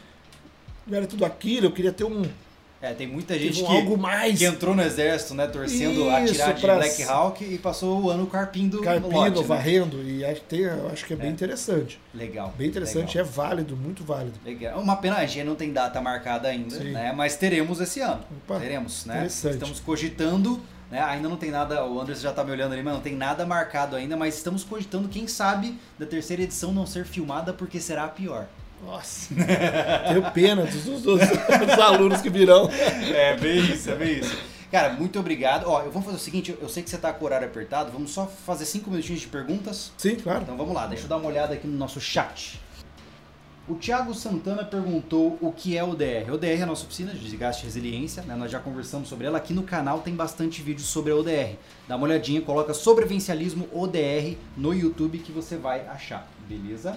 não era tudo aquilo, eu queria ter tem muita gente algo mais. Que entrou no exército, né, torcendo a tirar de Black Hawk e passou o ano carpindo no lote, varrendo, né? E eu acho que é bem interessante. Legal. Bem interessante, legal. É válido, muito válido. Legal. Uma pena, a gente não tem data marcada ainda, né, mas teremos esse ano. Opa, teremos, né? Interessante. Estamos cogitando, né, ainda não tem nada, o Anderson já está me olhando ali, mas não tem nada marcado ainda, mas estamos cogitando, quem sabe, da terceira edição não ser filmada porque será a pior. Nossa, tenho pena dos alunos que virão. É bem isso. Cara, muito obrigado. Ó, vamos fazer o seguinte, eu sei que você tá com o horário apertado, vamos só fazer 5 minutinhos de perguntas? Sim, claro. Então vamos lá, deixa eu dar uma olhada aqui no nosso chat. O Thiago Santana perguntou o que é ODR. ODR é a nossa oficina de desgaste e resiliência, né? Nós já conversamos sobre ela. Aqui no canal tem bastante vídeo sobre a ODR. Dá uma olhadinha, coloca sobrevivencialismo ODR no YouTube que você vai achar, beleza?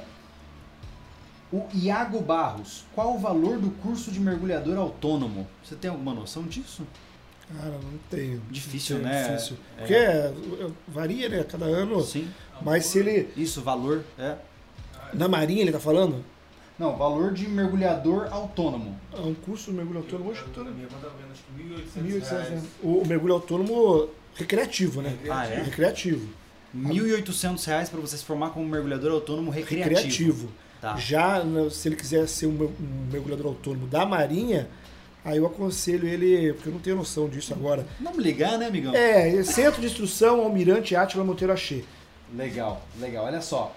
O Iago Barros, qual o valor do curso de mergulhador autônomo? Você tem alguma noção disso? Cara, não tenho. Difícil, né? Difícil. Porque varia, né? Cada ano. Sim. Mas se ele... Isso, valor, Na Marinha ele tá falando? Não, valor de mergulhador autônomo. Um curso de mergulho autônomo, hoje Na minha conta vendo, acho que R$1.800. O mergulho autônomo recreativo, né? Recreativo. R$1.800 para você se formar como mergulhador autônomo recreativo. Tá. Já, se ele quiser ser um mergulhador autônomo da Marinha, aí eu aconselho ele, porque eu não tenho noção disso agora. Vamos ligar, né, amigão? Centro de Instrução Almirante Átila Monteiro Axê. Legal. Olha só.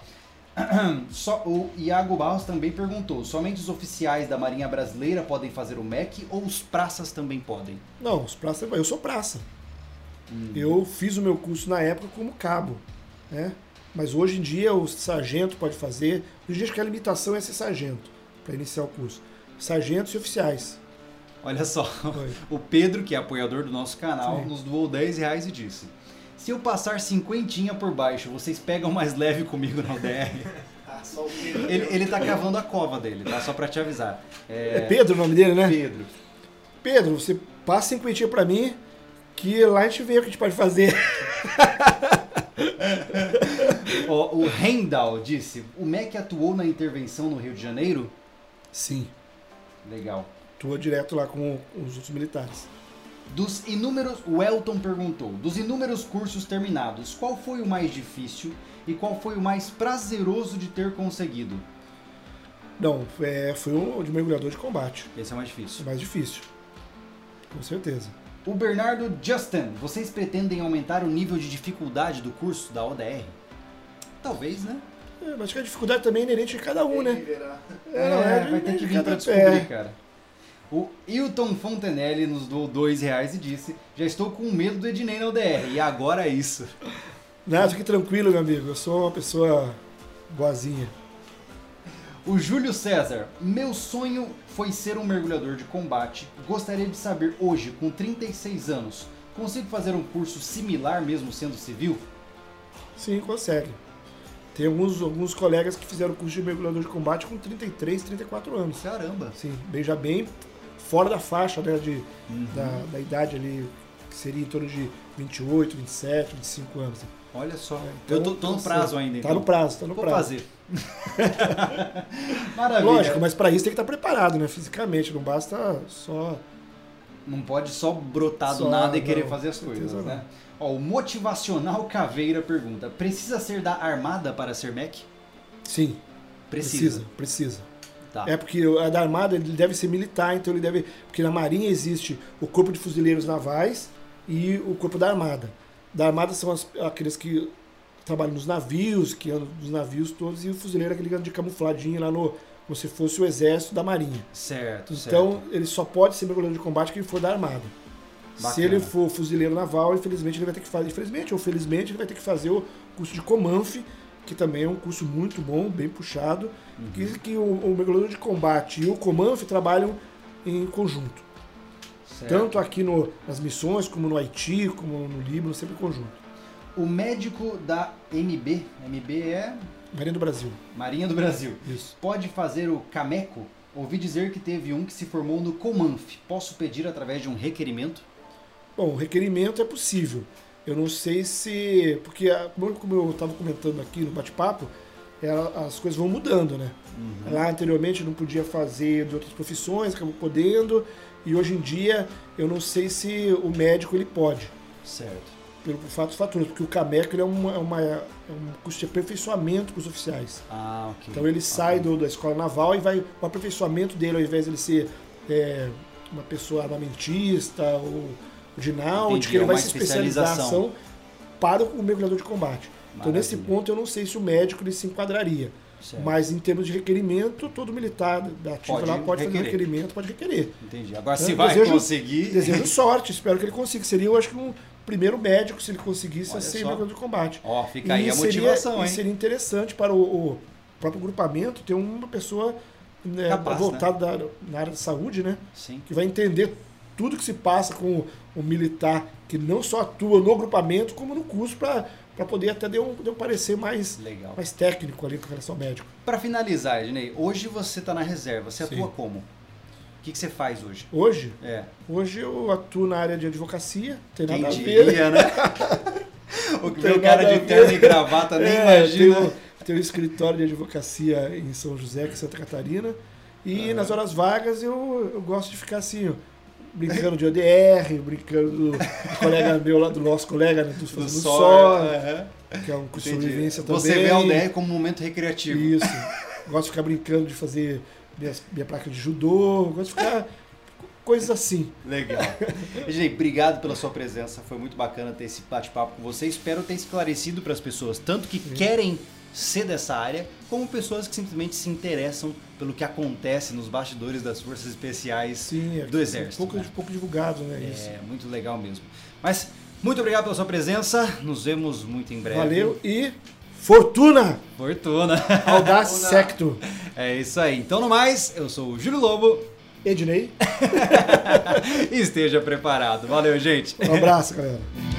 O Iago Barros também perguntou, somente os oficiais da Marinha Brasileira podem fazer o MEC ou os praças também podem? Não, os praças, eu sou praça. Eu fiz o meu curso na época como cabo, né? Mas hoje em dia o sargento pode fazer. Hoje em dia acho que a limitação é ser sargento para iniciar o curso. Sargentos e oficiais. Olha só, o Pedro, que é apoiador do nosso canal, nos doou R$10 e disse: se eu passar 50 por baixo, vocês pegam mais leve comigo na ODR? Só o Pedro. Ele tá cavando a cova dele, tá? Só para te avisar. É Pedro o nome dele, né? Pedro, você passa 50 para mim, que lá a gente vê o que a gente pode fazer. O Rendal disse, o MEC atuou na intervenção no Rio de Janeiro? Sim. Legal. Atua direto lá com os outros militares. O Elton perguntou, dos inúmeros cursos terminados, qual foi o mais difícil e qual foi o mais prazeroso de ter conseguido? Não, foi o de mergulhador de combate. Esse é o mais difícil. O mais difícil, com certeza. O Bernardo Justin, vocês pretendem aumentar o nível de dificuldade do curso da ODR? Talvez, né? Mas acho que a dificuldade também é inerente de cada um, né? Vai ter que vir pra descobrir, cara. O Hilton Fontenelle nos doou R$2 e disse, já estou com medo do Ednei na ODR, e agora é isso. Não, fique tranquilo, meu amigo, eu sou uma pessoa boazinha. O Júlio César, meu sonho foi ser um mergulhador de combate. Gostaria de saber hoje, com 36 anos, consigo fazer um curso similar mesmo sendo civil? Sim, consegue. Tem alguns colegas que fizeram curso de mergulhador de combate com 33, 34 anos. Caramba! Sim, já bem fora da faixa, né, da idade ali, que seria em torno de 28, 27, 25 anos. Olha só. Então, Eu tô no prazo ainda, então. Tá no prazo, tá no Vou prazo. fazer. Maravilha. Lógico, mas para isso tem que estar preparado, né, fisicamente, não basta só... Não pode só brotar do Só, nada e querer não, fazer as com coisas, certeza né? Ó, o Motivacional Caveira pergunta: precisa ser da Armada para ser MEC? Sim, Precisa. precisa. Tá. É porque a da Armada ele deve ser militar, então ele deve... Porque na Marinha existe o Corpo de Fuzileiros Navais e o Corpo da Armada. Da Armada são aqueles que trabalham nos navios, que andam nos navios todos, e o fuzileiro é aquele que anda de camufladinho lá no... como se fosse o exército da Marinha. Certo, Então, ele só pode ser mergulhador de combate quem for da Armada. Bacana. Se ele for fuzileiro naval, infelizmente ele vai ter que fazer, infelizmente ou felizmente, ele vai ter que fazer o curso de Comanf, que também é um curso muito bom, bem puxado, que o mergulhador de combate e o Comanf trabalham em conjunto. certo. Tanto aqui nas missões, como no Haiti, como no Líbano, sempre em conjunto. O médico da MB é Marinha do Brasil. Marinha do Brasil, Isso. pode fazer o CAMECO? Ouvi dizer que teve um que se formou no Comanf. Posso pedir através de um requerimento? Bom, o requerimento é possível. Eu não sei se... Porque, como eu estava comentando aqui no bate-papo, as coisas vão mudando, né? Lá anteriormente não podia fazer de outras profissões, acabou podendo. E hoje em dia eu não sei se o médico ele pode. Certo. Pelo fato dos fatores, porque o CAMECO ele é um curso de aperfeiçoamento para os oficiais. Ah, ok. Então ele sai da escola naval e vai o aperfeiçoamento dele, ao invés de ele ser uma pessoa armamentista ou de náutica, Entendi, ele vai uma se especializar especialização. para o mergulhador de combate. Então nesse Maravilha. ponto eu não sei se o médico ele se enquadraria. Certo. Mas em termos de requerimento, todo militar da ativa Pode lá pode fazer um requerer. requerimento, pode requerer. Entendi. Agora, Então, se vai desejo- conseguir... Desejo sorte, espero que ele consiga. Seria, eu acho que um primeiro médico, se ele conseguisse, Olha a ser só. mergulhador de combate. Ó, fica aí a motivação, E hein? seria interessante para o próprio grupamento ter uma pessoa Capaz, voltada na área de saúde, né? Sim. Que vai entender tudo que se passa com o militar, que não só atua no grupamento, como no curso, para poder até dar um parecer mais Legal. técnico ali com relação ao médico. Para finalizar, Ednei, hoje você está na reserva. Você Sim. atua como? O que você faz hoje? Hoje eu atuo na área de advocacia, tem Quem nada a ver. diria, né? O que vê Tem o cara nada de a terno ver. e gravata nem imagina. Tenho um escritório de advocacia em São José, que é Santa Catarina, e nas horas vagas eu gosto de ficar assim, ó, brincando de ODR, brincando do colega meu lá, do nosso colega, né, do Fazendo Só, que é um curso de Entendi. sobrevivência também. Você vê a ODR como um momento recreativo. Isso. Gosto de ficar brincando de fazer minha placa de judô, gosto de ficar coisas assim. Legal. Gente, obrigado pela sua presença. Foi muito bacana ter esse bate-papo com você. Espero ter esclarecido para as pessoas, tanto que querem ser dessa área, como pessoas que simplesmente se interessam pelo que acontece nos bastidores das forças especiais Sim, do Exército. pouco divulgado, né? Isso. É muito legal mesmo. Mas muito obrigado pela sua presença. Nos vemos muito em breve. Valeu e fortuna! Fortuna. Audace Secto. É isso aí. Então, no mais, eu sou o Júlio Lobo. Ednei, E esteja preparado. Valeu, gente. um abraço, galera.